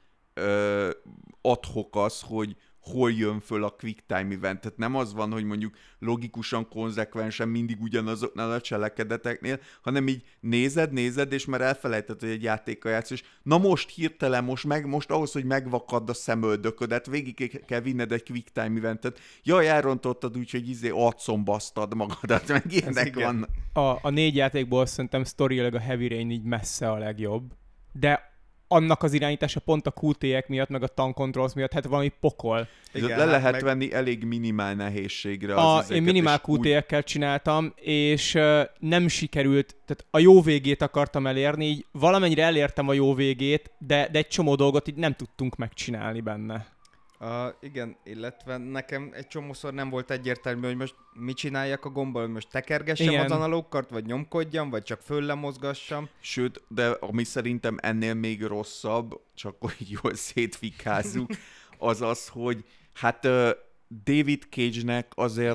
ad-hoc az, hogy hol jön föl a quick time event. Tehát nem az van, hogy mondjuk logikusan, konzekvensen mindig ugyanazoknál a cselekedeteknél, hanem így nézed, és már elfelejtett, hogy egy játékkal játsz, és na most hirtelen, most ahhoz, hogy megvakadd a szemöldöködet, végig kell vinned egy quick time eventet. Jaj, elrontottad úgy, hogy arcombasztad magadat, meg ilyenek vannak. A 4 játékból szerintem sztoriailag a Heavy Rain így messze a legjobb, de annak az irányítása pont a QT-ek miatt, meg a tank controls miatt, hát valami pokol. Igen, le lehet venni elég minimál nehézségre az izéket. Én minimál QT-ekkel csináltam, és nem sikerült, tehát a jó végét akartam elérni, így valamennyire elértem a jó végét, de egy csomó dolgot így nem tudtunk megcsinálni benne. Igen, illetve nekem egy csomószor nem volt egyértelmű, hogy most mit csináljak a gombbal, hogy most tekergessem az analógkart, vagy nyomkodjam, vagy csak föllemozgassam. Sőt, de ami szerintem ennél még rosszabb, csak hogy jól szétfikázzuk, az az, hogy hát David Cage-nek azért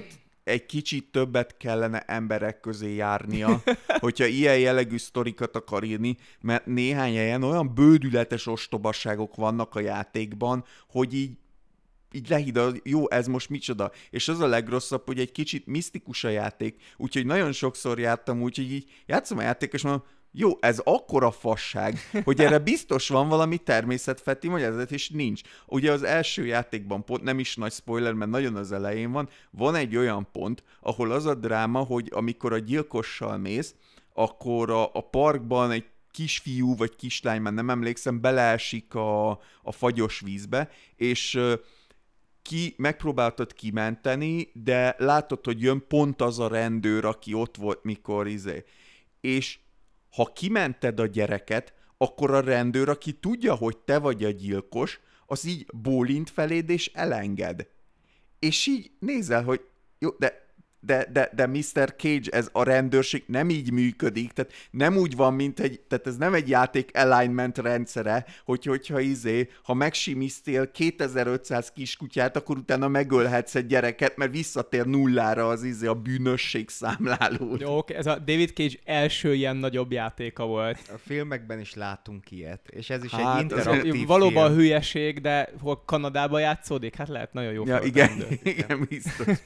egy kicsit többet kellene emberek közé járnia, hogyha ilyen jellegű sztorikat akar írni, mert néhány helyen olyan bődületes ostobasságok vannak a játékban, hogy így lehidal, jó, ez most micsoda. És az a legrosszabb, hogy egy kicsit misztikus a játék, úgyhogy nagyon sokszor jártam úgy, hogy így játszom a játék, és mondom, jó, ez akkora fasság, hogy erre biztos van valami természetfeletti magyarázat, és nincs. Ugye az első játékban pont, nem is nagy spoiler, mert nagyon az elején van egy olyan pont, ahol az a dráma, hogy amikor a gyilkossal mész, akkor a parkban egy kisfiú vagy kislány, már nem emlékszem, beleesik a fagyos vízbe, és megpróbáltad kimenteni, de látod, hogy jön pont az a rendőr, aki ott volt, mikor és ha kimented a gyereket, akkor a rendőr, aki tudja, hogy te vagy a gyilkos, az így bólint feléd és elenged. És így nézel, hogy jó, de Mr. Cage, ez a rendőrség nem így működik, tehát nem úgy van, tehát ez nem egy játék alignment rendszere, hogyha ha megsimisztél 2500 kiskutyát, akkor utána megölhetsz egy gyereket, mert visszatér nullára a bűnösség számláló. Jó, ez a David Cage első ilyen nagyobb játéka volt. A filmekben is látunk ilyet, és ez is egy interaktív valóban film. hülyeség, de hol Kanadában játszódik? Hát lehet nagyon jó. Ja, igen, biztos.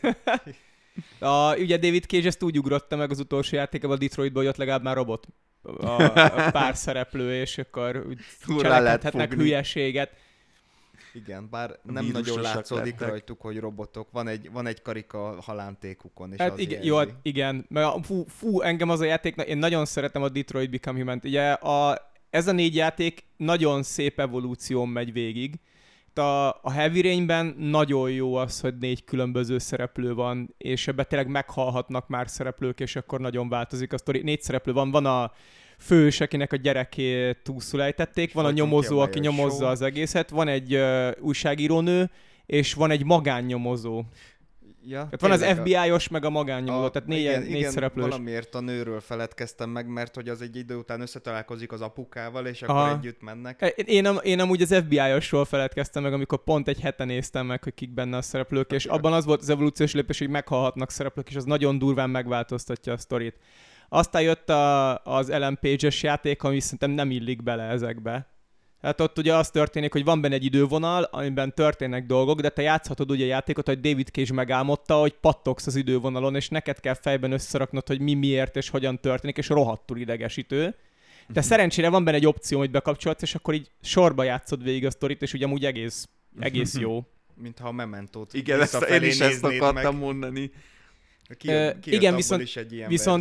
Ugye David Cage ezt úgy ugrotta meg az utolsó játékában a Detroitban, hogy ott legalább már robot a pár szereplő, és akkor cselekedhetnek hülyeséget. Igen, bár nem nagyon látszódik rajtuk, hogy robotok. Van egy karika halántékukon, és hát az igen, jó, igen. Engem az a játék, én nagyon szeretem a Detroit Become Human-t. Ugye ez a 4 játék nagyon szép evolúción megy végig. A Heavy Rainben nagyon jó az, hogy 4 különböző szereplő van, és ebben tényleg meghalhatnak már szereplők, és akkor nagyon változik a sztori. 4 szereplő van a fős, akinek a gyerekét túlszul ejtették, van a nyomozó, aki nyomozza az egészet, van egy újságírónő, és van egy magánnyomozó. Ja, tehát van az FBI-os, meg a magánnyomozó, tehát 4 szereplős. Valamiért a nőről feledkeztem meg, mert hogy az egy idő után összetalálkozik az apukával, és akkor együtt mennek. Én amúgy az FBI-osról feledkeztem meg, amikor pont egy hete néztem meg, hogy kik benne a szereplők, és abban az volt az evolúciós lépés, hogy meghalhatnak szereplők, és az nagyon durván megváltoztatja a sztorit. Aztán jött az Ellen Page-es játék, ami szerintem nem illik bele ezekbe. Hát ott ugye az történik, hogy van benne egy idővonal, amiben történnek dolgok, de te játszhatod ugye a játékot, hogy David Cage megálmodta, hogy pattogsz az idővonalon, és neked kell fejben összeraknod, hogy miért és hogyan történik, és rohadtul idegesítő. De szerencsére van benne egy opció, hogy bekapcsolsz, és akkor így sorba játszod végig a sztorit, és ugye amúgy egész jó. Mintha a Mementót igen, én is ezt akartam mondani. Igen, viszont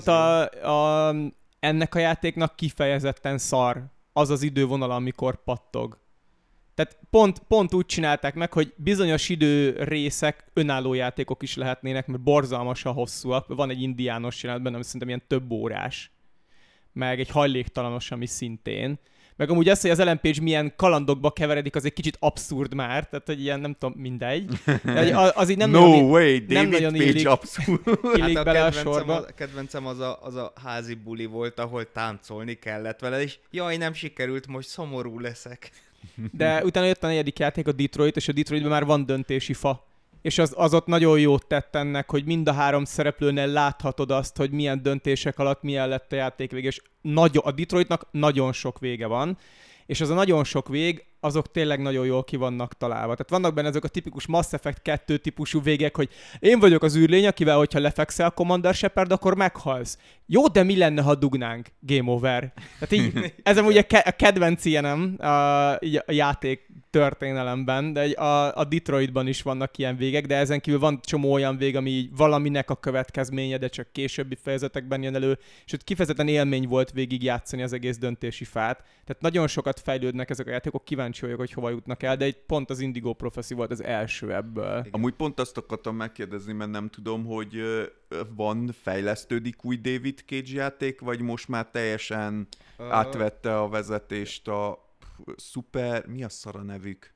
ennek a játéknak kifejezetten szar az az idővonal, amikor pattog. Tehát pont úgy csinálták meg, hogy bizonyos idő részek önálló játékok is lehetnének, mert borzalmasan hosszúak. Van egy indiános jelenet benne, ami szerintem ilyen több órás. Meg egy hajléktalanos, ami szintén. Meg amúgy az, hogy az Ellen Page milyen kalandokba keveredik, az egy kicsit abszurd már, tehát hogy ilyen nem tudom, mindegy. De az így nem nagyon illik hát bele a sorba. A kedvencem az a házi buli volt, ahol táncolni kellett vele, és jaj, nem sikerült, most szomorú leszek. De utána jött a 4. játék, a Detroit, és a Detroitban már van döntési fa. És az ott nagyon jót tett ennek, hogy mind a 3 szereplőnél láthatod azt, hogy milyen döntések alatt milyen lett a játék vége, és a Detroitnak nagyon sok vége van, és az a nagyon sok vég, azok tényleg nagyon jól ki vannak találva. Tehát vannak benne azok a tipikus Mass Effect 2 típusú végek, hogy én vagyok az űrlény, akivel, hogyha lefekszel, Commander Shepard, akkor meghalsz. Jó, de mi lenne, ha dugnánk? Game over. Tehát így, ez amúgy a kedvenc ilyenem a játék történelemben, de a Detroitban is vannak ilyen végek, de ezen kívül van csomó olyan vég, ami így valaminek a következménye, de csak későbbi fejezetekben jön elő, és ott kifejezetten élmény volt végig játszani az egész döntési fát. Tehát nagyon sokat fejlődnek ezek a játékok, kíváncsi vagyok, hogy hova jutnak el, de egy pont az Indigo Prophecy volt az első ebből. Igen. Amúgy pont azt akartam megkérdezni, mert nem tudom, hogy fejlesztődik új David Cage játék, vagy most már teljesen átvette a vezetést a mi a szara nevük?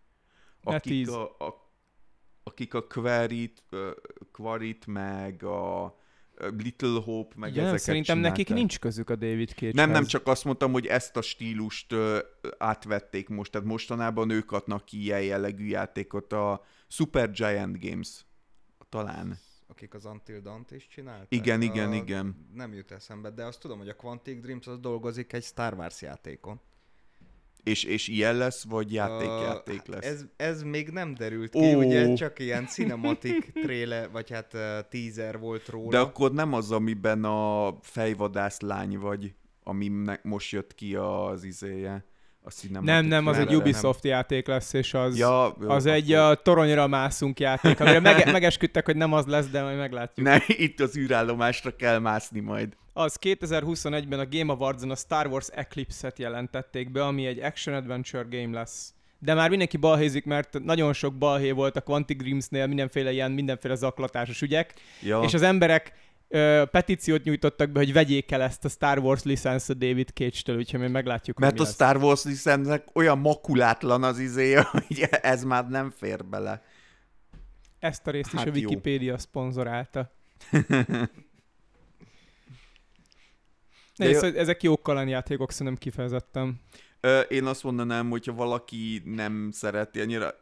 Akik a Quarit, meg a Little Hope, meg igen, ezeket szerintem csinálták. Nekik nincs közük a David Cage-hez. Nem, csak azt mondtam, hogy ezt a stílust átvették most, tehát mostanában ők adnak ki ilyen jellegű játékot, a Super Giant Games talán. akik az Until Dawn-t is csinálták. Igen. Nem jut eszembe, de azt tudom, hogy a Quantic Dreams az dolgozik egy Star Wars játékon. És ilyen lesz, vagy játék lesz? Ez még nem derült ki, ugye csak ilyen cinematic trailer, vagy hát teaser volt róla. De akkor nem az, amiben a fejvadász lány vagy, ami most jött ki az izéje. Nem, az egy Ubisoft játék lesz, és az egy toronyra mászunk játék, amire megesküdtek, hogy nem az lesz, de majd meglátjuk. Ne, itt az űrállomásra kell mászni majd. Az 2021-ben a Game Awards-on a Star Wars Eclipse-et jelentették be, ami egy action-adventure game lesz. De már mindenki balhézik, mert nagyon sok balhé volt a Quantic Dreamsnél, mindenféle zaklatásos ügyek, és az emberek petíciót nyújtottak be, hogy vegyék el ezt a Star Wars licenszet David Cage-től, úgyhogy még meglátjuk, mert a Star Wars licensznek olyan makulátlan az izéje, hogy ez már nem fér bele. Ezt a részt is a Wikipédia szponzorálta. Ezek jó kalandjátékok, szerintem kifejezettem. Én azt mondanám, hogyha valaki nem szereti annyira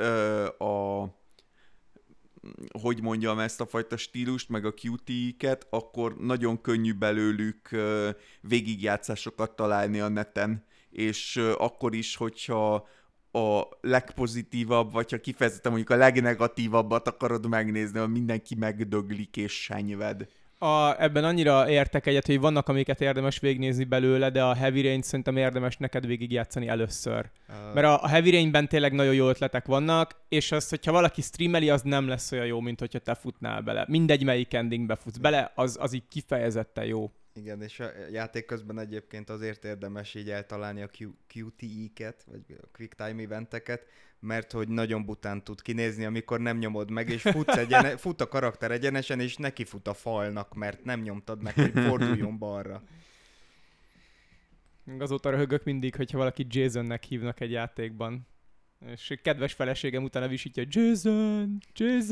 hogy mondjam, ezt a fajta stílust, meg a QTE-ket, akkor nagyon könnyű belőlük végigjátszásokat találni a neten, és akkor is, hogyha a legpozitívabb, vagy ha kifejezetten mondjuk a legnegatívabbat akarod megnézni, hogy mindenki megdöglik és senyved. Ebben annyira értek egyet, hogy vannak, amiket érdemes végignézni belőle, de a Heavy Rain szerintem érdemes neked végigjátszani először. Mert a Heavy Rainben tényleg nagyon jó ötletek vannak, és az, hogyha valaki streameli, az nem lesz olyan jó, mint hogyha te futnál bele. Mindegy, melyik endingbe futsz bele, az így kifejezetten jó. Igen, és a játék közben egyébként azért érdemes így eltalálni a QTE-ket, vagy a Quick Time eventeket, mert hogy nagyon bután tud kinézni, amikor nem nyomod meg, és fut a karakter egyenesen, és neki fut a falnak, mert nem nyomtad meg, hogy forduljon balra. Azóta röhögök mindig, hogyha valaki Jasonnek hívnak egy játékban. És kedves feleségem utána visítja, Jason.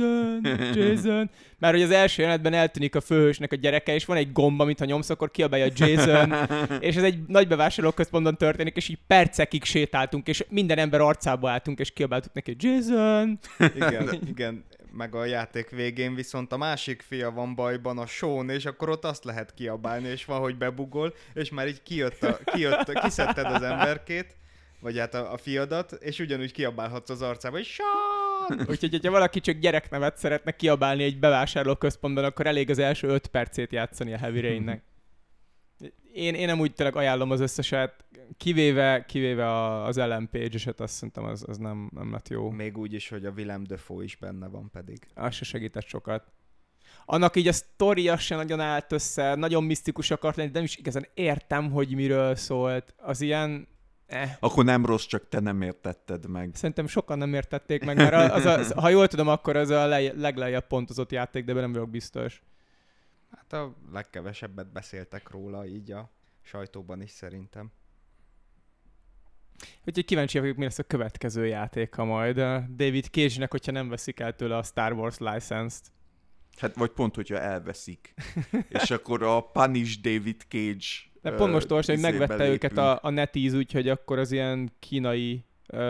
Már hogy az első jelenetben eltűnik a főhősnek a gyereke, és van egy gomba, amit ha nyomsz, akkor kiabálja Jason. És ez egy nagy bevásárlóközpontban történik, és így percekig sétáltunk, és minden ember arcába álltunk, és kiabáltuk neki, Jason. Igen. Meg a játék végén viszont a másik fia van bajban, a Sean, és akkor ott azt lehet kiabálni, és van, hogy bebugol, és már így kiszedted az emberkét, vagy hát a fiadat, és ugyanúgy kiabálhatsz az arcába, és Sean! Úgyhogy, hogyha valaki csak gyereknevet szeretne kiabálni egy bevásárlóközpontban, akkor elég az első 5 percét játszani a Heavy Rainnek. Én nem úgy tényleg ajánlom az összeset, kivéve az Ellen Page-eset, azt szerintem az nem lett jó. Még úgy is, hogy a Willem Dafoe is benne van pedig. Az se segített sokat. Annak így a sztoria se nagyon állt össze, nagyon misztikus akart lenni, de nem is igazán értem, hogy miről szólt. Az ilyen... Akkor nem rossz, csak te nem értetted meg. Szerintem sokan nem értették meg, mert ha jól tudom, akkor az a leglejjebb pontozott játék, de nem vagyok biztos. Hát a legkevesebbet beszéltek róla így a sajtóban is szerintem. Úgyhogy kíváncsi vagyok, mi lesz a következő játéka majd. David Cage-nek, hogyha nem veszik el tőle a Star Wars license-t. Hát vagy pont, hogyha elveszik. És akkor a Punish David Cage... De pont most olvastam, hogy megvette őket a NetEase, úgyhogy akkor az ilyen kínai...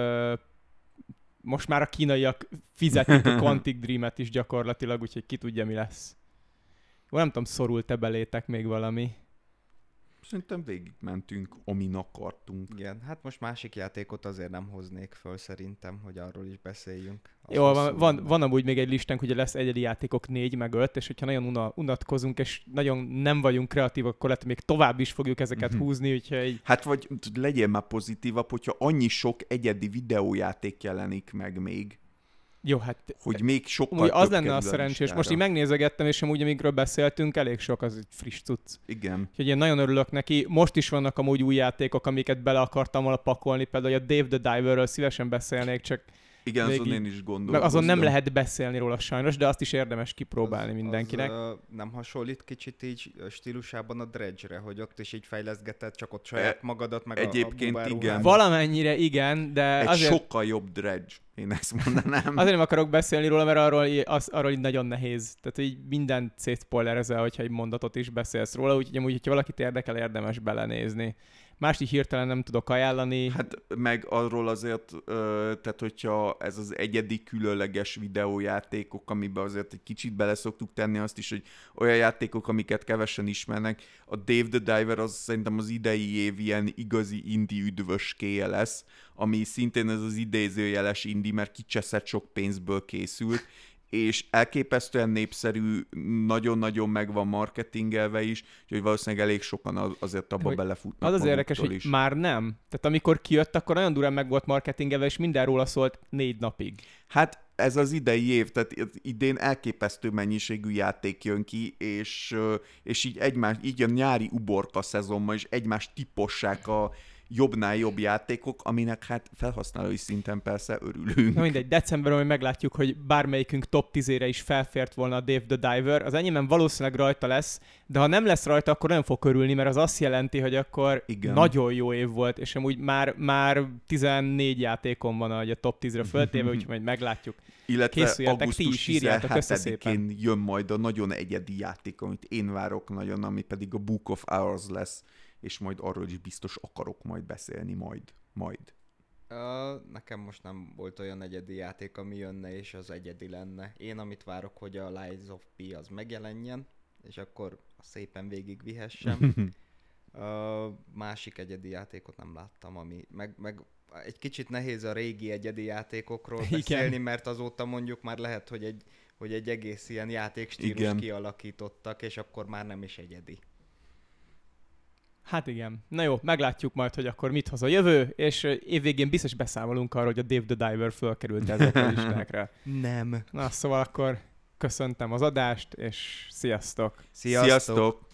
most már a kínaiak fizetik a Quantic Dream-et is gyakorlatilag, úgyhogy ki tudja, mi lesz. Jó, nem tudom, szorult-e belétek még valami? Szerintem végigmentünk, amin akartunk. Igen, hát most másik játékot azért nem hoznék föl szerintem, hogy arról is beszéljünk. Jó, van amúgy még egy listánk, ugye lesz egyedi játékok 4 meg 5, és hogyha nagyon unatkozunk, és nagyon nem vagyunk kreatívak, akkor lehet, még tovább is fogjuk ezeket húzni, úgyhogy... Hát vagy legyél már pozitívabb, hogyha annyi sok egyedi videójáték jelenik meg még. Jó, hát... Hogy még sokkal az lenne a szerencsés. Most így megnézegettem, és amúgy, amikről beszéltünk, elég sok az egy friss cucc. Igen. Úgyhogy én nagyon örülök neki. Most is vannak amúgy új játékok, amiket bele akartam volna pakolni, például a Dave the Diverről szívesen beszélnék, csak... Igen, azon én is gondolom. Azon nem lehet beszélni róla sajnos, de azt is érdemes kipróbálni mindenkinek. Nem hasonlít kicsit így stílusában a Dredge-re, hogy ott is így fejleszgetett, csak ott saját magadat, meg egyébként a igen. Valamennyire igen, de egy azért... sokkal jobb Dredge, én ezt mondanám. Azért nem akarok beszélni róla, mert arról így nagyon nehéz. Tehát így minden szétszpoilerezel, hogyha egy mondatot is beszélsz róla, úgyhogy amúgy, hogyha valakit érdekel, érdemes belenézni. Mást így hirtelen nem tudok ajánlani. Hát meg arról azért, tehát hogyha ez az egyedi különleges videójátékok, amiben azért egy kicsit bele szoktuk tenni azt is, hogy olyan játékok, amiket kevesen ismernek, a Dave the Diver az szerintem az idei év ilyen igazi indie üdvöskéje lesz, ami szintén ez az idézőjeles indie, mert kicseszett sok pénzből készült, és elképesztően népszerű, nagyon-nagyon meg van marketingelve is, úgyhogy valószínűleg elég sokan azért abba belefutnak. Az érdekes, hogy már nem. Tehát amikor kijött, akkor nagyon durán meg volt marketingelve, és minden róla szólt 4 napig. Hát ez az idei év, tehát idén elképesztő mennyiségű játék jön ki, és így a nyári uborka szezonban is egymást tipossák a jobbnál jobb játékok, aminek hát felhasználói szinten persze örülünk. Na mindegy, decemberben majd meglátjuk, hogy bármelyikünk top 10-ére is felfért volna a Dave the Diver. Az enyémben valószínűleg rajta lesz, de ha nem lesz rajta, akkor nem fog örülni, mert az azt jelenti, hogy akkor igen, nagyon jó év volt, és amúgy már 14 játékom van a top 10-re föltéve, úgyhogy majd meglátjuk. Illetve Készüljetek, ti is írjátok össze 17-én szépen. jön majd a nagyon egyedi játék, amit én várok nagyon, ami pedig a Book of Hours lesz, és majd arról is biztos akarok majd beszélni, majd. Nekem most nem volt olyan egyedi játék, ami jönne, és az egyedi lenne. Én amit várok, hogy a Lies of P az megjelenjen, és akkor szépen végigvihessem. Másik egyedi játékot nem láttam, ami meg egy kicsit nehéz a régi egyedi játékokról beszélni, mert azóta mondjuk már lehet, hogy egy egész ilyen játékstílus kialakítottak, és akkor már nem is egyedi. Hát igen. Na jó, meglátjuk majd, hogy akkor mit hoz a jövő, és évvégén biztos beszámolunk arról, hogy a Dave the Diver fölkerült ezekre a listákra. Nem. Na szóval akkor köszöntem az adást, és sziasztok! Sziasztok!